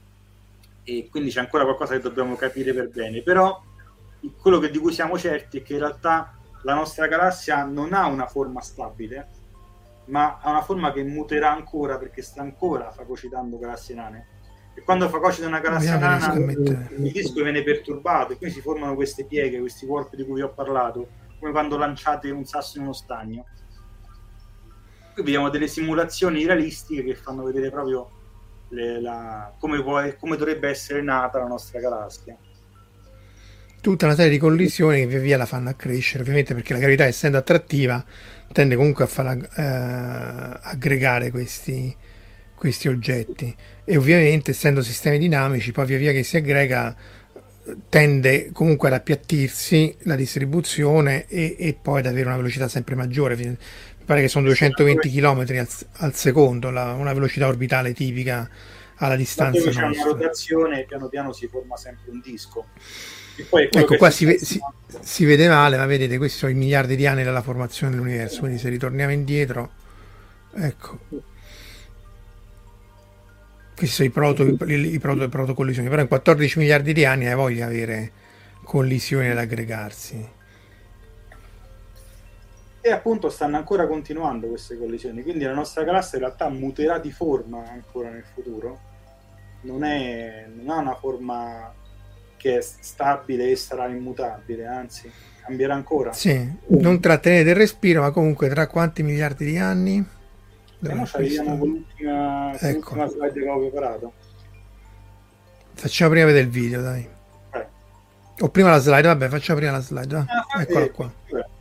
e quindi c'è ancora qualcosa che dobbiamo capire per bene, però quello che, di cui siamo certi è che in realtà la nostra galassia non ha una forma stabile, ma ha una forma che muterà ancora perché sta ancora fagocitando galassie nane, e quando fagocita una galassia nana il disco viene perturbato e quindi si formano queste pieghe, questi corpi di cui vi ho parlato, come quando lanciate un sasso in uno stagno. Qui vediamo delle simulazioni realistiche che fanno vedere proprio le, la, come, può, come dovrebbe essere nata la nostra galassia. Tutta una serie di collisioni che via via la fanno accrescere, ovviamente perché la gravità, essendo attrattiva, tende comunque a far eh, aggregare questi, questi oggetti, e ovviamente essendo sistemi dinamici poi via via che si aggrega tende comunque ad appiattirsi la distribuzione e, e poi ad avere una velocità sempre maggiore. Mi pare che sono duecentoventi chilometri al, al secondo, la, una velocità orbitale tipica alla distanza dove c'è nostra. una rotazione e piano piano si forma sempre un disco. E poi ecco qua si, si, si vede male, ma vedete questi sono i miliardi di anni dalla formazione dell'universo, quindi se ritorniamo indietro, ecco, questi sono i proto, i, i proto, proto collisioni, però in quattordici miliardi di anni hai voglia di avere collisioni ad aggregarsi, e appunto stanno ancora continuando queste collisioni, quindi la nostra galassia in realtà muterà di forma ancora nel futuro, non è non ha una forma che è stabile e sarà immutabile, anzi cambierà ancora. Sì, non trattenere del respiro, ma comunque tra quanti miliardi di anni? Dove ci arriviamo con l'ultima, ecco. l'ultima slide che avevo preparato. Facciamo prima vedere il video, dai. Eh. O prima la slide, vabbè, facciamo prima la slide. Ah, eccola qua.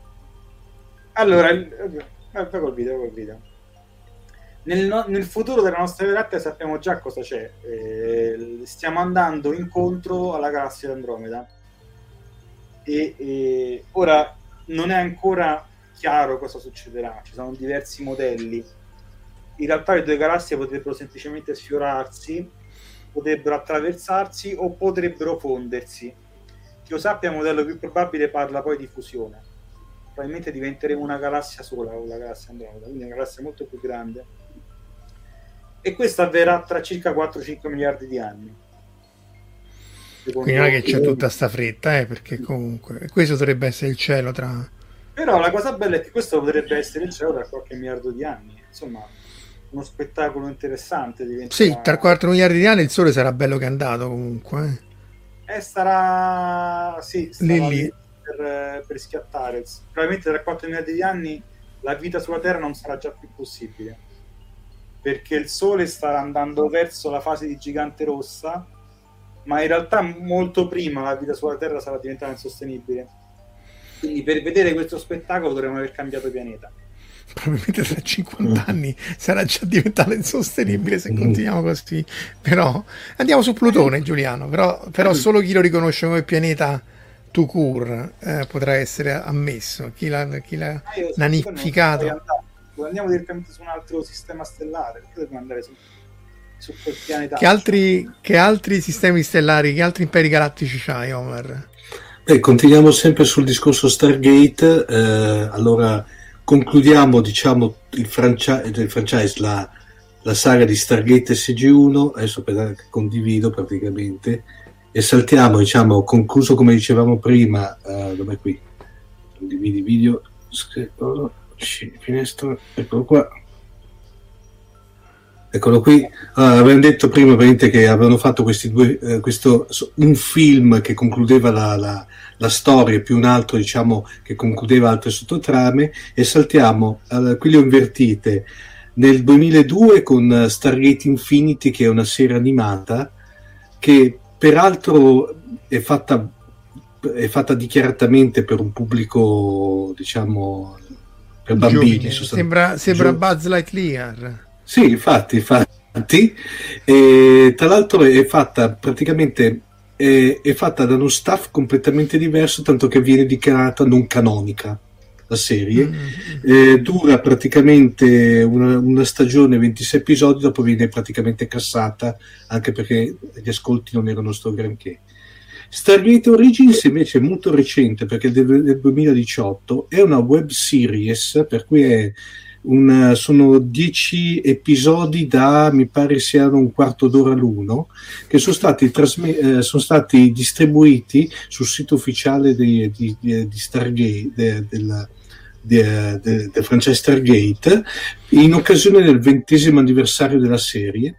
Allora, il, eh, col video, col video. Nel, no, nel futuro della nostra Via Lattea sappiamo già cosa c'è. Eh, stiamo andando incontro alla galassia di Andromeda. E, e ora non è ancora chiaro cosa succederà. Ci sono diversi modelli. In realtà le due galassie potrebbero semplicemente sfiorarsi, potrebbero attraversarsi o potrebbero fondersi. Che io sappia, il modello più probabile parla poi di fusione. Probabilmente diventeremo una galassia sola con la galassia Andromeda, quindi una galassia molto più grande. E questo avverrà tra circa quattro cinque miliardi di anni. Secondo quindi non è che c'è tutta sta fretta, eh, perché comunque questo dovrebbe essere il cielo tra... Però la cosa bella è che questo potrebbe essere il cielo tra qualche miliardo di anni. Insomma, uno spettacolo interessante. Diventerà... Sì, tra quattro miliardi di anni il sole sarà bello che è andato comunque. Eh, starà... Sì, starà lì, lì. Per, per schiattare. Probabilmente tra quattro miliardi di anni la vita sulla Terra non sarà già più possibile, perché il Sole sta andando verso la fase di gigante rossa, ma in realtà molto prima la vita sulla Terra sarà diventata insostenibile. Quindi per vedere questo spettacolo dovremmo aver cambiato pianeta. Probabilmente tra cinquanta anni sarà già diventato insostenibile se continuiamo così. Però andiamo su Plutone, Giuliano, però, però solo chi lo riconosce come pianeta tout court eh, potrà essere ammesso, chi l'ha, chi l'ha ah, nanificato. Andiamo direttamente su un altro sistema stellare, perché dobbiamo andare su, su quel pianeta. Che altri, che altri sistemi stellari, che altri imperi galattici c'hai, Omar? Beh, continuiamo sempre sul discorso Stargate. Eh, allora concludiamo, diciamo, il franchise, il franchise la, la saga di Stargate S G uno, adesso per condivido praticamente, e saltiamo, diciamo, concluso come dicevamo prima, uh, dov'è qui? Condividi video, scritto, finestra, eccolo qua. Eccolo qui. Allora, avevamo detto prima che avevano fatto questi due, eh, questo, un film che concludeva la, la, la storia più un altro, diciamo, che concludeva altre sottotrame, e saltiamo, allora, qui le ho invertite, nel duemiladue con Stargate Infinity, che è una serie animata che peraltro è fatta, è fatta dichiaratamente per un pubblico, diciamo, per bambini. Sembra, sembra Buzz Lightyear. Sì, infatti, infatti. E, tra l'altro è fatta praticamente è, è fatta da uno staff completamente diverso, tanto che viene dichiarata non canonica la serie. Mm-hmm. Eh, dura praticamente una, una stagione, ventisei episodi, dopo viene praticamente cassata, anche perché gli ascolti non erano sto granché. Stargate Origins invece è molto recente, perché è del, del duemiladiciotto, è una web series, per cui è un, sono dieci episodi da, mi pare siano un quarto d'ora l'uno, che sono stati, trasme- eh, sono stati distribuiti sul sito ufficiale di, di, di Stargate, de, della, de, de, del franchise Stargate, in occasione del ventesimo anniversario della serie,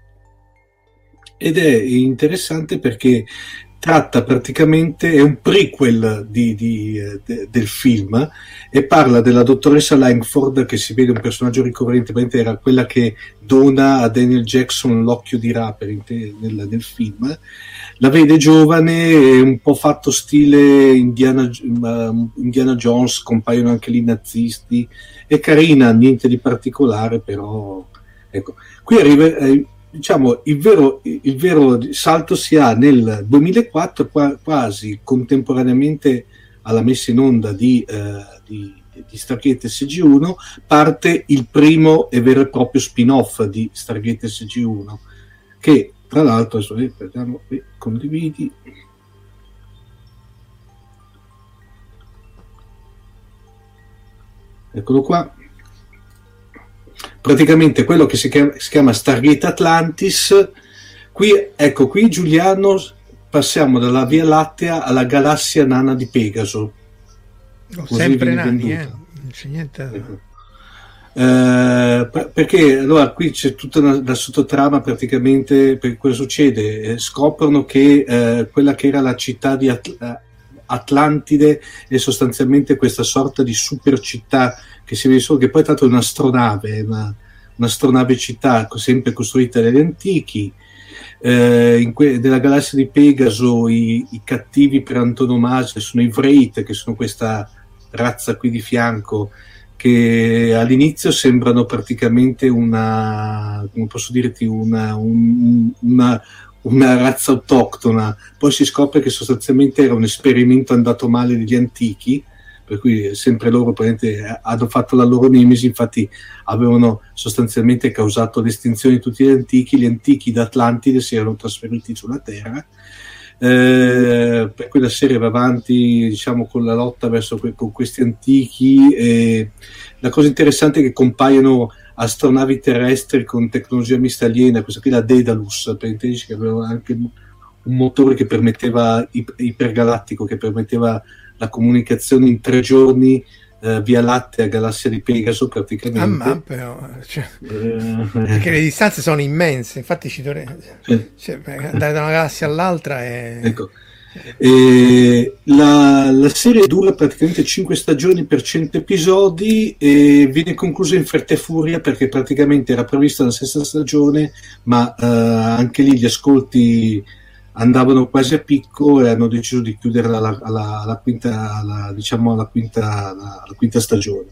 ed è interessante perché tratta praticamente, è un prequel di, di, de, del film, e parla della dottoressa Langford, che si vede un personaggio ricorrente, era quella che dona a Daniel Jackson l'occhio di Ra nel, nel film. La vede giovane, un po' fatto stile Indiana, uh, Indiana Jones, compaiono anche lì nazisti, è carina, niente di particolare, però ecco, qui arriva, eh, diciamo, il vero, il vero salto si ha nel duemilaquattro, qua, quasi contemporaneamente alla messa in onda di, eh, di, di Stargate S G uno, parte il primo e vero e proprio spin-off di Stargate S G uno, che tra l'altro, adesso vediamo, condividi, eccolo qua. Praticamente quello che si chiama, si chiama Stargate Atlantis. Qui, ecco, qui Giuliano, passiamo dalla Via Lattea alla galassia nana di Pegaso. Oh, sempre nani, eh? Non c'è niente. Ecco. Eh, perché allora qui c'è tutta una, una sottotrama, praticamente, per cosa succede? Eh, scoprono che eh, quella che era la città di At- Atlantide è sostanzialmente questa sorta di super città che si vede solo, che poi è stata un'astronave, una, un'astronave città sempre costruita dagli antichi. Eh, in que- della galassia di Pegaso i, i cattivi per antonomasia sono i Wraith, che sono questa razza qui di fianco, che all'inizio sembrano praticamente una, come posso dirti, una, un, una, una razza autoctona, poi si scopre che sostanzialmente era un esperimento andato male degli antichi, per cui sempre loro hanno fatto la loro nemesi, infatti avevano sostanzialmente causato l'estinzione di tutti gli antichi, gli antichi da Atlantide si erano trasferiti sulla Terra, eh, per cui la serie va avanti, diciamo, con la lotta verso que- con questi antichi, e la cosa interessante è che compaiono astronavi terrestri con tecnologia mista aliena, questa qui è la Daedalus, per intenderci, che aveva anche un motore che permetteva, ipergalattico, che permetteva la comunicazione in tre giorni, eh, via Lattea, galassia di Pegaso praticamente. Ah, ma però, cioè, eh, perché le distanze sono immense, infatti ci dovrei, eh. cioè, andare da una galassia all'altra è... Ecco. E la, la serie dura praticamente cinque stagioni per cento episodi e viene conclusa in fretta e furia, perché praticamente era prevista la sesta stagione, ma eh, anche lì gli ascolti andavano quasi a picco e hanno deciso di chiuderla alla, alla, alla quinta, alla, diciamo alla quinta, alla, alla quinta stagione.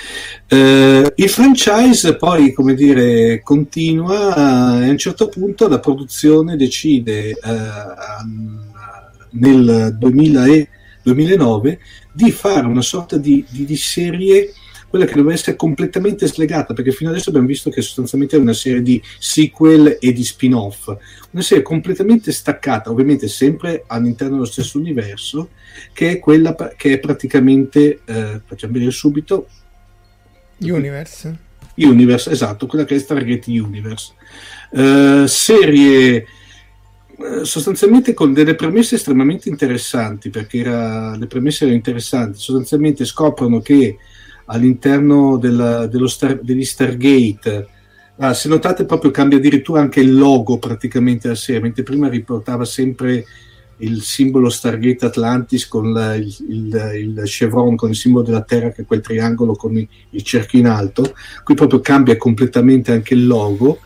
Eh, il franchise poi, come dire, continua, e a un certo punto la produzione decide eh, nel duemila e duemilanove di fare una sorta di, di, di serie, quella che doveva essere completamente slegata, perché fino adesso abbiamo visto che sostanzialmente è una serie di sequel e di spin-off, una serie completamente staccata, ovviamente sempre all'interno dello stesso universo, che è quella che è praticamente, eh, facciamo vedere subito, Universe. Universe, esatto, quella che è Stargate Universe. Eh, serie sostanzialmente con delle premesse estremamente interessanti, perché era, le premesse erano interessanti. Sostanzialmente scoprono che all'interno della, dello Star, degli Stargate Ah, se notate proprio cambia addirittura anche il logo praticamente della serie, mentre prima riportava sempre il simbolo Stargate Atlantis con la, il, il, il chevron, con il simbolo della Terra, che è quel triangolo con il, il cerchio in alto. Qui proprio cambia completamente anche il logo.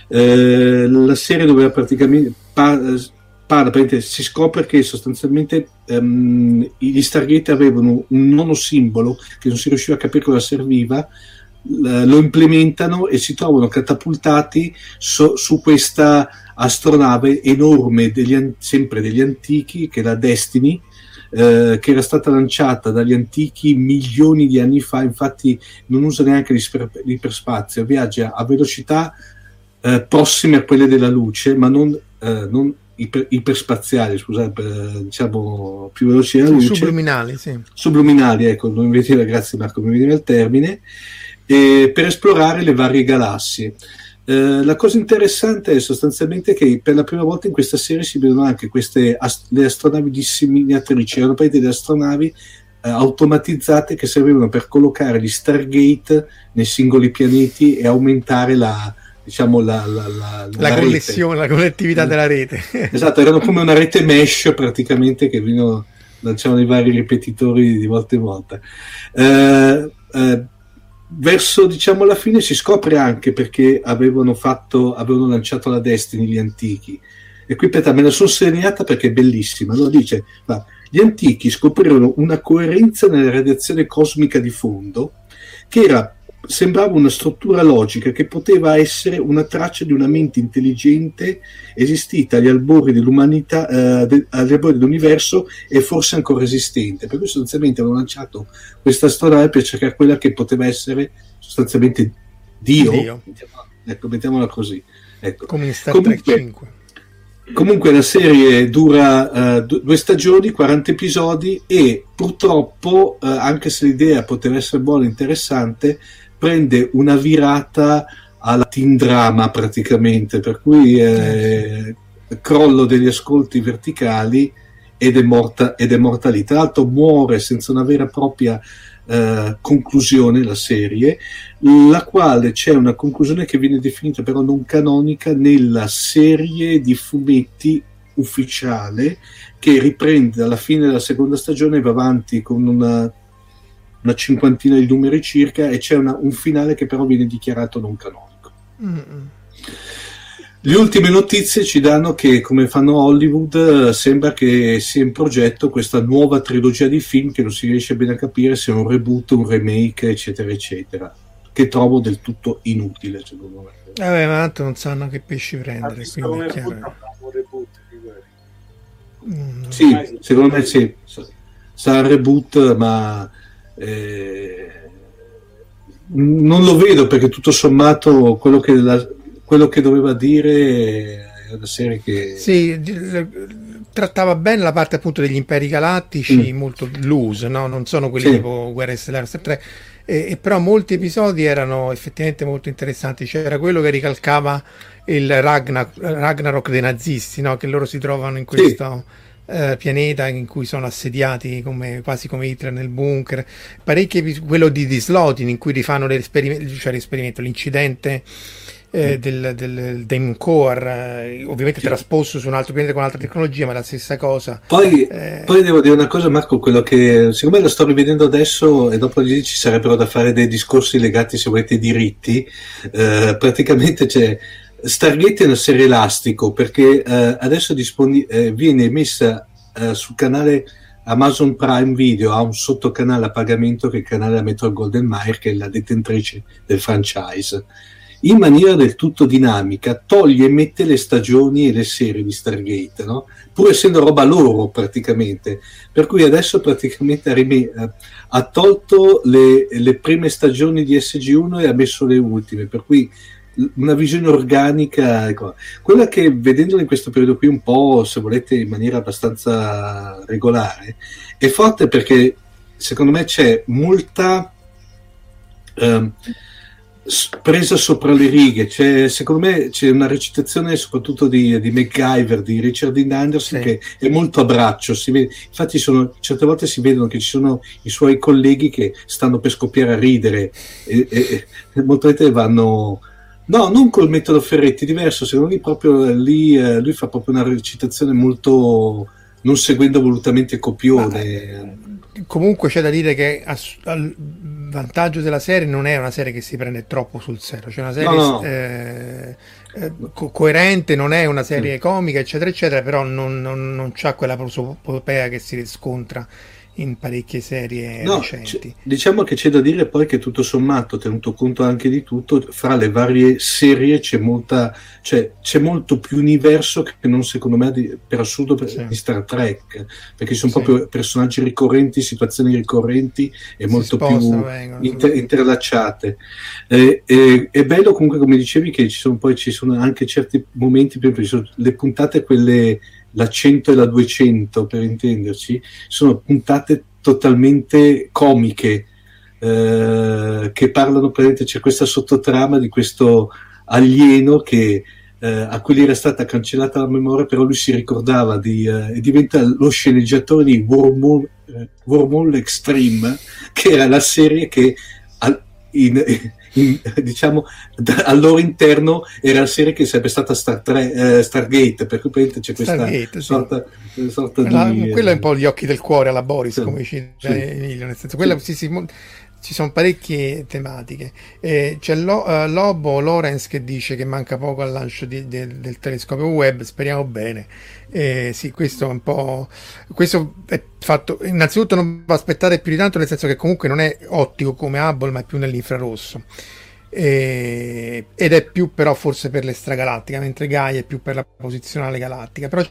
Eh, la serie doveva praticamente parla, parla si scopre che sostanzialmente um, gli Stargate avevano un nono simbolo che non si riusciva a capire cosa serviva, lo implementano e si trovano catapultati so, su questa astronave enorme degli, sempre degli antichi, che è la Destiny, eh, che era stata lanciata dagli antichi milioni di anni fa. Infatti non usa neanche l'iper, l'iperspazio, viaggia a velocità eh, prossime a quelle della luce, ma non, eh, non iper, iperspaziali, scusate, eh, diciamo più veloci della luce, subliminali, sì. Subliminali, ecco, non mi veniva, grazie Marco, mi veniva il termine. E per esplorare le varie galassie. Eh, la cosa interessante è sostanzialmente che per la prima volta in questa serie si vedono anche queste ast- le astronavi disseminatrici, erano praticamente delle astronavi eh, automatizzate che servivano per collocare gli Stargate nei singoli pianeti e aumentare la, diciamo, la, la, la, la, la connessione, la connettività della rete. Esatto, erano come una rete mesh praticamente, che vino, lanciavano i vari ripetitori di volta in volta. Eh, eh, Verso diciamo la fine si scopre anche perché avevano fatto avevano lanciato la Destiny gli antichi, e qui aspetta, me la sono segnata perché è bellissima. Allora dice: ma gli antichi scoprirono una coerenza nella radiazione cosmica di fondo che era sembrava una struttura logica che poteva essere una traccia di una mente intelligente esistita agli albori dell'umanità, eh, de, agli albori dell'universo, e forse ancora esistente. Per cui sostanzialmente hanno lanciato questa astronave per cercare quella che poteva essere sostanzialmente Dio, Dio. Ecco, mettiamola così, ecco. Come in Star Comunque, Trek cinque. Comunque la serie dura uh, due stagioni, quaranta episodi, e purtroppo uh, anche se l'idea poteva essere buona e interessante, prende una virata alla teen drama praticamente, per cui eh, crollo degli ascolti verticali ed è morta ed è morta lì. Tra l'altro muore senza una vera e propria eh, conclusione la serie, la quale c'è una conclusione che viene definita però non canonica nella serie di fumetti ufficiale, che riprende alla fine della seconda stagione e va avanti con una una cinquantina di numeri circa, e c'è una, un finale che però viene dichiarato non canonico. Mm-hmm. Le ultime notizie ci danno che, come fanno Hollywood, sembra che sia in progetto questa nuova trilogia di film che non si riesce bene a capire se è un reboot, un remake, eccetera eccetera, che trovo del tutto inutile, secondo me. Vabbè, ma tanto non sanno che pesci prendere, ah, quindi è chiaro. Un reboot, mm, sì, secondo me sì, sarà un reboot, ma Eh, non lo vedo, perché tutto sommato quello che, la, quello che doveva dire è una serie che sì, trattava bene la parte appunto degli imperi galattici, mm. molto loose, no? Non sono quelli sì. tipo Guerre Stellari Star Trek, e, e però molti episodi erano effettivamente molto interessanti. C'era quello che ricalcava il Ragnar, Ragnarok dei nazisti, no? Che loro si trovano in questo sì. Uh, pianeta in cui sono assediati come, quasi come Hitler nel bunker. Parecchi, quello di, di Slotin, in cui rifanno l'esperimento, cioè l'esperimento l'incidente eh, mm. del, del Daemon Core, eh, ovviamente sì. trasposto su un altro pianeta con un'altra tecnologia, ma la stessa cosa. Poi, eh, poi devo dire una cosa, Marco, quello che secondo me la sto rivedendo adesso, e dopo ci sarebbero da fare dei discorsi legati, se volete, ai diritti. Eh, praticamente c'è Stargate è una serie elastico, perché eh, adesso disponi- eh, viene messa eh, sul canale Amazon Prime Video, ha un sottocanale a pagamento che è il canale della Metro Golden Mayer, che è la detentrice del franchise. In maniera del tutto dinamica toglie e mette le stagioni e le serie di Stargate, no? Pur essendo roba loro praticamente, per cui adesso praticamente ha, rime- ha tolto le, le prime stagioni di S G uno e ha messo le ultime, per cui una visione organica, ecco. Quella che, vedendola in questo periodo qui un po', se volete, in maniera abbastanza regolare, è forte, perché secondo me c'è molta eh, presa sopra le righe. C'è, secondo me c'è una recitazione soprattutto di, di MacGyver, di Richard Dean Anderson, sì. che è molto a braccio, si vede, infatti sono, certe volte si vedono che ci sono i suoi colleghi che stanno per scoppiare a ridere, e, e, e molte volte vanno No, non col metodo Ferretti, diverso, secondo me proprio lì eh, lui fa proprio una recitazione molto, non seguendo volutamente copione. Ma, comunque c'è da dire che ass- al vantaggio della serie non è una serie che si prende troppo sul serio, cioè una serie No, no. eh, eh, co- coerente, non è una serie Sì. comica eccetera eccetera, però non, non, non c'ha quella prosopopea che si riscontra in parecchie serie No, recenti. c- diciamo che c'è da dire poi che tutto sommato, tenuto conto anche di tutto, fra le varie serie c'è molta, cioè c'è molto più universo che non secondo me di, per assurdo per, Sì. di Star Trek, perché sono Sì. proprio personaggi ricorrenti, situazioni ricorrenti e Si molto spostano, più vengono, inter- interlacciate. Eh, eh, è bello comunque, come dicevi, che ci sono poi ci sono anche certi momenti, per esempio ci sono le puntate, quelle la cento e la duecento per intenderci, sono puntate totalmente comiche, eh, che parlano, praticamente c'è questa sottotrama di questo alieno che eh, a cui era stata cancellata la memoria, però lui si ricordava di, eh, e diventa lo sceneggiatore di Wormhole, eh, Wormhole Extreme, che era la serie che al, in, in, diciamo da, al loro interno era la serie che sarebbe stata Star tre, eh, Stargate, per cui c'è questa Stargate, sorta, sì. sorta La, di quello è un eh, po' gli occhi del cuore alla Boris, sì, come dice sì, Emilio, nel senso, quella, sì. sì, sì, mo- ci sono parecchie tematiche. Eh, c'è Lo- eh, Lobo Lorenz che dice che manca poco al lancio di- de- del telescopio Webb, speriamo bene. Eh, sì, questo è un po', questo è fatto, innanzitutto non va aspettare più di tanto, nel senso che comunque non è ottico come Hubble, ma è più nell'infrarosso. Eh, ed è più però forse per l'estragalattica, mentre Gaia è più per la posizionale galattica. Però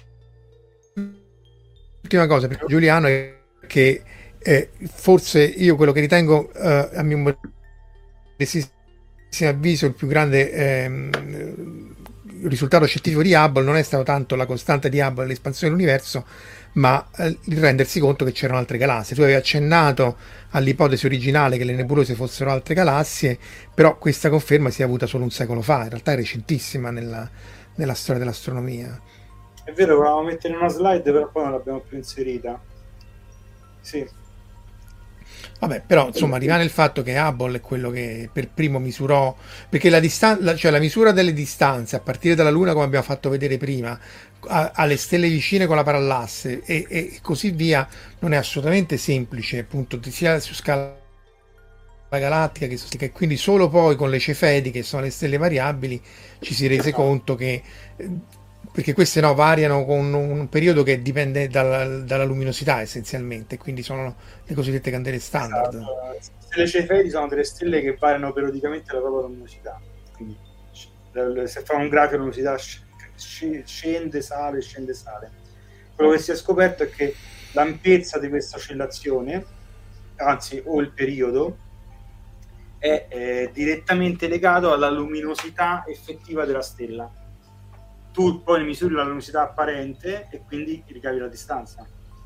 l'ultima cosa per Giuliano è che eh, forse io quello che ritengo eh, a mio modestissimo avviso il più grande ehm, risultato scientifico di Hubble non è stato tanto la costante di Hubble l'espansione dell'universo, ma eh, il rendersi conto che c'erano altre galassie. Tu avevi accennato all'ipotesi originale che le nebulose fossero altre galassie, però questa conferma si è avuta solo un secolo fa, in realtà è recentissima nella, nella storia dell'astronomia. È vero, volevamo mettere una slide, però poi non l'abbiamo più inserita. Sì. Vabbè, però insomma rimane il fatto che Hubble è quello che per primo misurò, perché la distanza, cioè la misura delle distanze a partire dalla Luna, come abbiamo fatto vedere prima, a, alle stelle vicine con la parallasse e, e così via, non è assolutamente semplice, appunto, sia su scala galattica che, su, che quindi solo poi con le Cefedi, che sono le stelle variabili, ci si rese conto che perché queste no variano con un periodo che dipende dalla, dalla luminosità essenzialmente, quindi sono le cosiddette candele standard. Esatto. Le Cefedi sono delle stelle che variano periodicamente la propria luminosità, quindi se fa un grafico la luminosità scende, sale, scende, sale. Quello che si è scoperto è che l'ampiezza di questa oscillazione, anzi o il periodo, è eh, direttamente legato alla luminosità effettiva della stella. Tu poi misuri la luminosità apparente e quindi ricavi la distanza.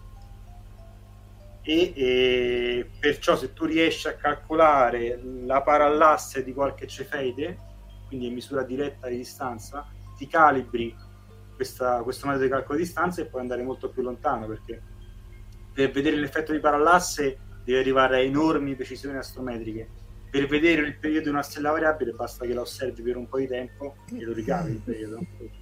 E, e perciò se tu riesci a calcolare la parallasse di qualche cefeide, quindi in misura diretta di distanza, ti calibri questa, questo metodo di calcolo di distanza e puoi andare molto più lontano, perché per vedere l'effetto di parallasse devi arrivare a enormi precisioni astrometriche. Per vedere il periodo di una stella variabile basta che la osservi per un po' di tempo e lo ricavi il periodo.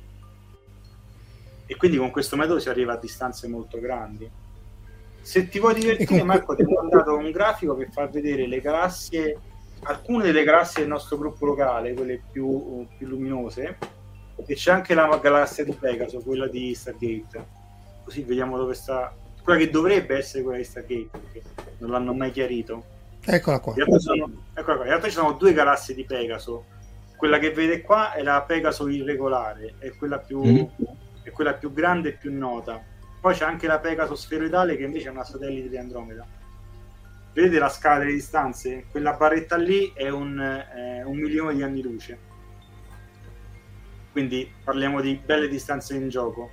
E quindi con questo metodo si arriva a distanze molto grandi. Se ti vuoi divertire, comunque... Marco, ti ho mandato un grafico che fa vedere le galassie, alcune delle galassie del nostro gruppo locale, quelle più, più luminose, e c'è anche la galassia di Pegaso, quella di Stargate, così vediamo dove sta, quella che dovrebbe essere quella di Stargate, perché non l'hanno mai chiarito. Eccola qua. In realtà, sono, eccola qua. In realtà ci sono due galassie di Pegaso, quella che vede qua è la Pegaso irregolare, è quella più... Mm. è quella più grande e più nota. Poi c'è anche la Pegaso sferoidale, che invece è una satellite di Andromeda. Vedete la scala delle distanze? Quella barretta lì è un, eh, un milione di anni luce. Quindi parliamo di belle distanze in gioco.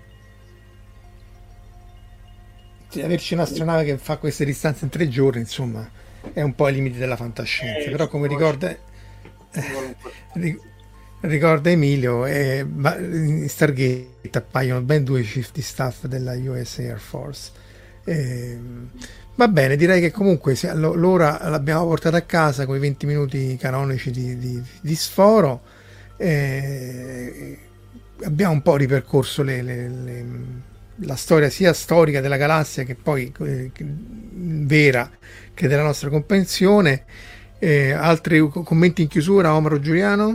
Sì, averci un'astronave che fa queste distanze in tre giorni, insomma, è un po' ai limiti della fantascienza. Eh, Però come ricorda... Eh, ricorda Emilio, eh, in Stargate appaiono ben due chief di staff della U S Air Force. Eh, va bene, direi che comunque se, l'ora l'abbiamo portata a casa con i venti minuti canonici di, di, di sforo. eh, abbiamo un po' ripercorso le, le, le, la storia sia storica della galassia che poi eh, che, vera che della nostra comprensione. Eh, altri commenti in chiusura, Omar o Giuliano?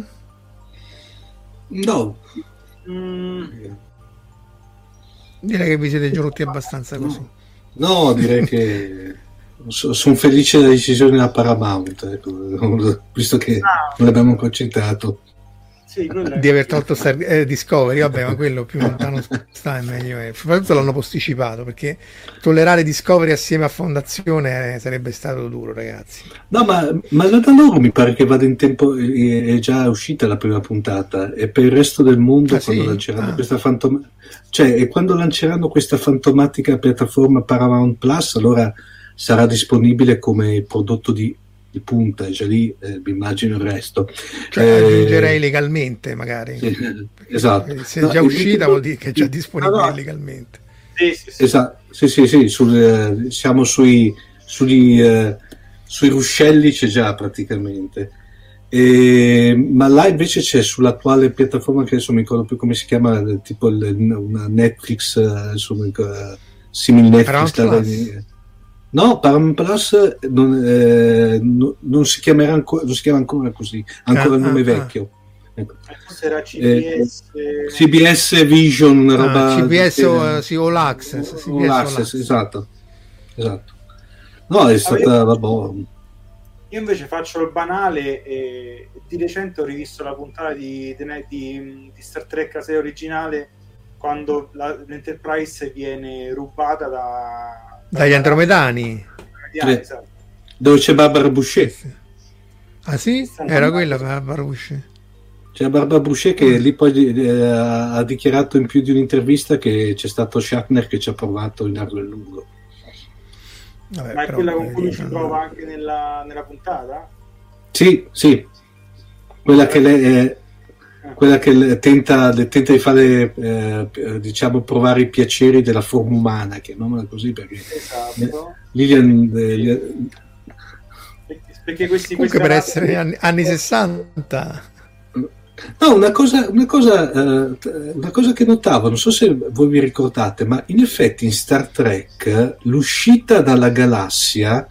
No. Mm. Direi che vi siete giunti abbastanza così. No, direi che so, sono felice della decisione della Paramount, ecco, visto che non l'abbiamo concentrato. Sì, di aver tolto Star, eh, Discovery, vabbè, ma quello più lontano sta è meglio è. Soprattutto l'hanno posticipato, perché tollerare Discovery assieme a Fondazione eh, sarebbe stato duro, ragazzi. No, ma, ma da loro mi pare che vada in tempo, è già uscita la prima puntata, e per il resto del mondo ah, quando sì? lanceranno ah. questa fantom- cioè e quando lanceranno questa fantomatica piattaforma Paramount Plus, allora sarà disponibile come prodotto di di punta, e già lì eh, mi immagino il resto. Cioè eh, aggiungerei legalmente magari. Sì, esatto. Se è no, già uscita vuol dire che è già disponibile no, no. legalmente. Sì, sì, sì. Esatto. Sì, sì, sì, sul, eh, siamo sui, sui, eh, sui ruscelli c'è già praticamente. E, ma là invece c'è sull'attuale piattaforma che adesso non mi ricordo più come si chiama, tipo il, una Netflix, eh, insomma, uh, simile Netflix. No, Paramount Plus non, eh, no, non si chiamerà ancora, non si chiama ancora così, ancora ah, il nome ah, vecchio. Ecco. Era C B S, eh, C B S Vision, una roba ah, C B S o, sì, All Access, C B S All Access, esatto, esatto. No, è stata la boh. Io invece faccio il banale e di recente ho rivisto la puntata di, di, di Star Trek, la serie originale, quando la, l'Enterprise viene rubata da dagli Andromedani, sì. Esatto. Dove c'è Barbara Boucher. Ah sì? Era quella Barbara Boucher. C'è Barbara Boucher che mm. lì poi eh, ha dichiarato in più di un'intervista che c'è stato Shatner che ci ha provato in largo e lungo. Vabbè, ma è quella con cui ci prova anche nella, nella puntata? Sì, sì. Quella che lei è quella che tenta, tenta di fare eh, diciamo provare i piaceri della forma umana, chiamiamola così, perché esatto. Lilian, eh, perché questi, comunque per essere anni, anni sessanta no, una cosa una cosa, eh, una cosa che notavo, non so se voi vi ricordate, ma in effetti in Star Trek l'uscita dalla galassia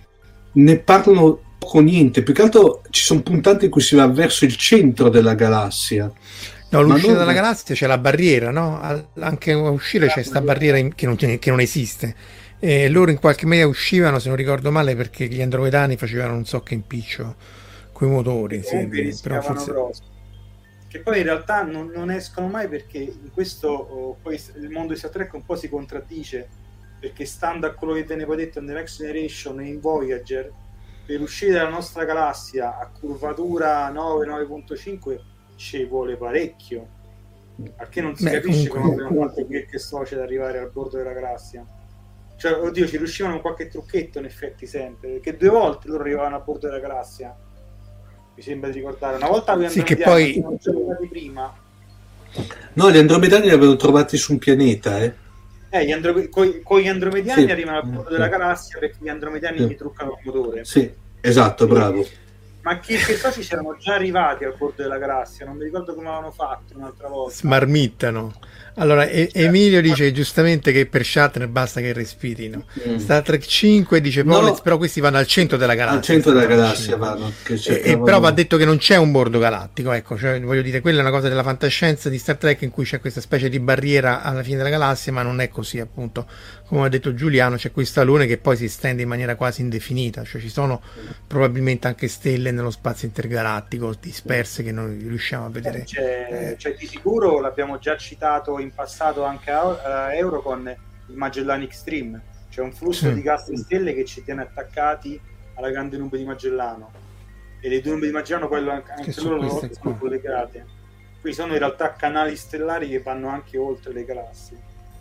ne parlano poco niente, più che altro ci sono puntate in cui si va verso il centro della galassia. No, l'uscita non... dalla galassia c'è la barriera, no? Anche a uscire c'è questa barriera in... che, non, che non esiste. E loro in qualche maniera uscivano, se non ricordo male, perché gli andromedani facevano non so che impiccio coi motori. Sì, però forse... che poi in realtà non, non escono mai, perché in questo oh, poi il mondo di Star Trek un po' si contraddice, perché stando a quello che viene poi detto nella Next Generation e in Voyager, per uscire dalla nostra galassia a curvatura nove nove punto cinque ci vuole parecchio, perché non si Beh, capisce comunque... come abbiamo fatto che, che soci ad arrivare al bordo della galassia. Cioè, oddio, ci riuscivano con qualche trucchetto in effetti sempre, perché due volte loro arrivavano al bordo della galassia, mi sembra di ricordare. Una volta avevano sì, che poi non c'erano prima. No, gli andromedani li avevano trovati su un pianeta, eh. Eh, gli andro- con, con gli andromediani sì. arrivano al bordo della galassia, perché gli andromediani sì. gli truccano il motore. Sì, esatto, bravo. Ma che, che so ci c'erano già arrivati al bordo della galassia, non mi ricordo come avevano fatto un'altra volta. Smarmittano. Allora, e- Emilio dice giustamente che per Shatner basta che respirino. Mm. Star Trek cinque dice no, Pollez, però questi vanno al centro della galassia. Al centro della galassia vanno. Che e, e però va detto che non c'è un bordo galattico, ecco, cioè, voglio dire, quella è una cosa della fantascienza di Star Trek in cui c'è questa specie di barriera alla fine della galassia, ma non è così, appunto. Come ha detto Giuliano, c'è questo alone che poi si estende in maniera quasi indefinita, cioè ci sono probabilmente anche stelle nello spazio intergalattico disperse che non riusciamo a vedere. C'è, eh. c'è di sicuro, l'abbiamo già citato in passato anche a, a Euro con il Magellanic Stream, c'è un flusso sì. di gas e stelle che ci tiene attaccati alla grande nube di Magellano, e le due nubi di Magellano poi anche, anche loro sono collegate, qui sono in realtà canali stellari che vanno anche oltre le galassie,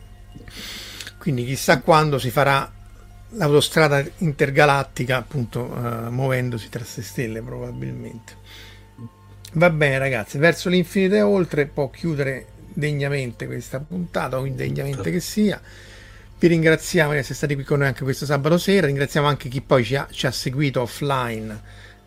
quindi chissà quando si farà l'autostrada intergalattica, appunto uh, muovendosi tra ste stelle probabilmente. Va bene ragazzi, verso l'infinito e oltre può chiudere degnamente questa puntata, o indegnamente che sia. Vi ringraziamo di essere stati qui con noi anche questo sabato sera, ringraziamo anche chi poi ci ha, ci ha seguito offline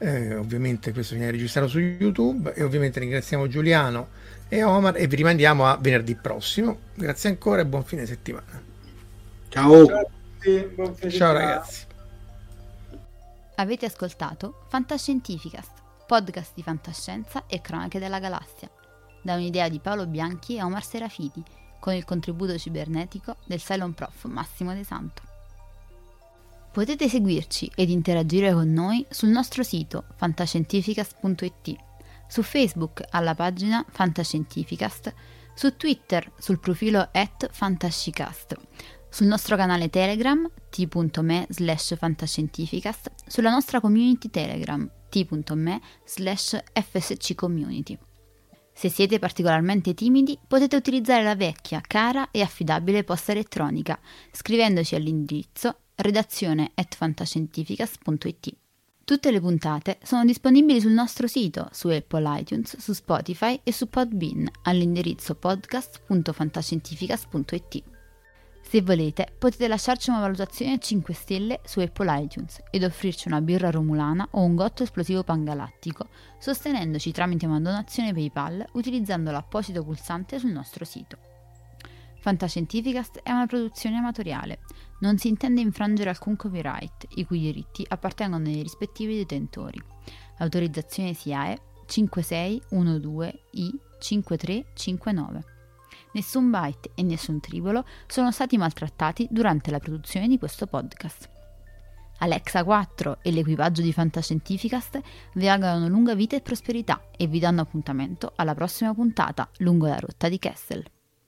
Eh, ovviamente questo viene registrato su YouTube, e ovviamente ringraziamo Giuliano e Omar e vi rimandiamo a venerdì prossimo. Grazie ancora e buon fine settimana. Ciao, Ciao a tutti, buon fine Ciao settimana. ragazzi. Avete ascoltato Fantascientificast, podcast di fantascienza e cronache della galassia, da un'idea di Paolo Bianchi e Omar Serafiti, con il contributo cibernetico del Cylon Prof Massimo De Santo. Potete seguirci ed interagire con noi sul nostro sito fantascientificast punto it, su Facebook alla pagina Fantascientificast, su Twitter sul profilo at fantascicast, sul nostro canale Telegram t.me slash fantascientificast, sulla nostra community Telegram t.me slash fsccommunity. Se siete particolarmente timidi, potete utilizzare la vecchia, cara e affidabile posta elettronica, scrivendoci all'indirizzo redazione at fantascientificast punto it. Tutte le puntate sono disponibili sul nostro sito, su Apple iTunes, su Spotify e su Podbean all'indirizzo podcast punto fantascientificast punto it. Se volete, potete lasciarci una valutazione a cinque stelle su Apple iTunes ed offrirci una birra romulana o un gotto esplosivo pangalattico, sostenendoci tramite una donazione PayPal utilizzando l'apposito pulsante sul nostro sito. Fantascientificast è una produzione amatoriale, non si intende infrangere alcun copyright, i cui diritti appartengono ai rispettivi detentori. Autorizzazione S I A E cinque sei uno due I cinque tre cinque nove. Nessun byte e nessun tribolo sono stati maltrattati durante la produzione di questo podcast. Alexa quattro e l'equipaggio di Fantascientificast vi augurano lunga vita e prosperità e vi danno appuntamento alla prossima puntata lungo la rotta di Kessel.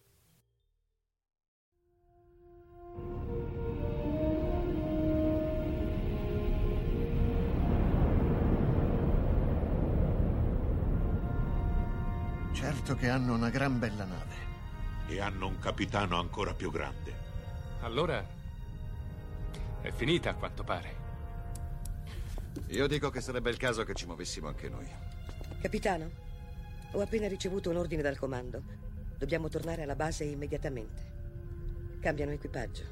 Certo che hanno una gran bella nave. E hanno un capitano ancora più grande. Allora è finita, a quanto pare. Io dico che sarebbe il caso che ci muovessimo anche noi. Capitano, ho appena ricevuto un ordine dal comando. Dobbiamo tornare alla base immediatamente. Cambiano equipaggio.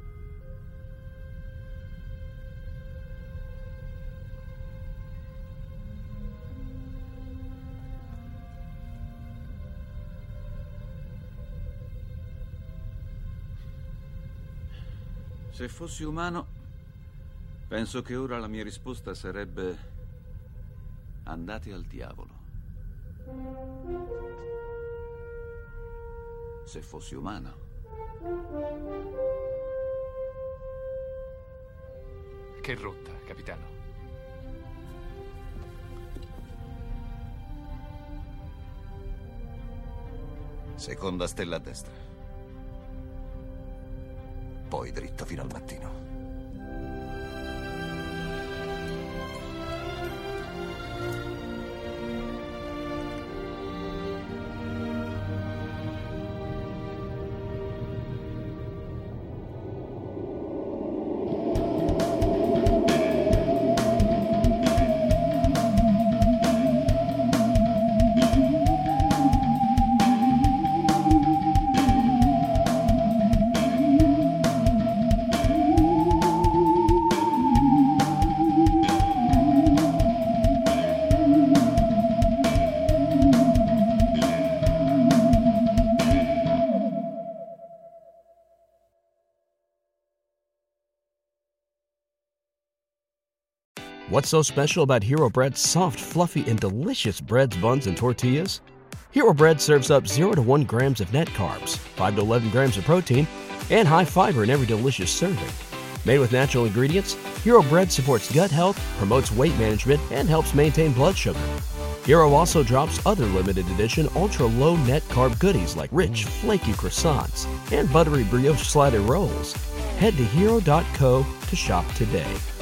Se fossi umano, penso che ora la mia risposta sarebbe: andate al diavolo. Se fossi umano. Che rotta, capitano? Seconda stella a destra. Poi dritto fino al mattino. What's so special about Hero Bread's soft, fluffy, and delicious breads, buns, and tortillas? Hero Bread serves up zero to one grams of net carbs, five to eleven grams of protein, and high fiber in every delicious serving. Made with natural ingredients, Hero Bread supports gut health, promotes weight management, and helps maintain blood sugar. Hero also drops other limited edition ultra-low net carb goodies like rich, flaky croissants and buttery brioche slider rolls. Head to hero dot co to shop today.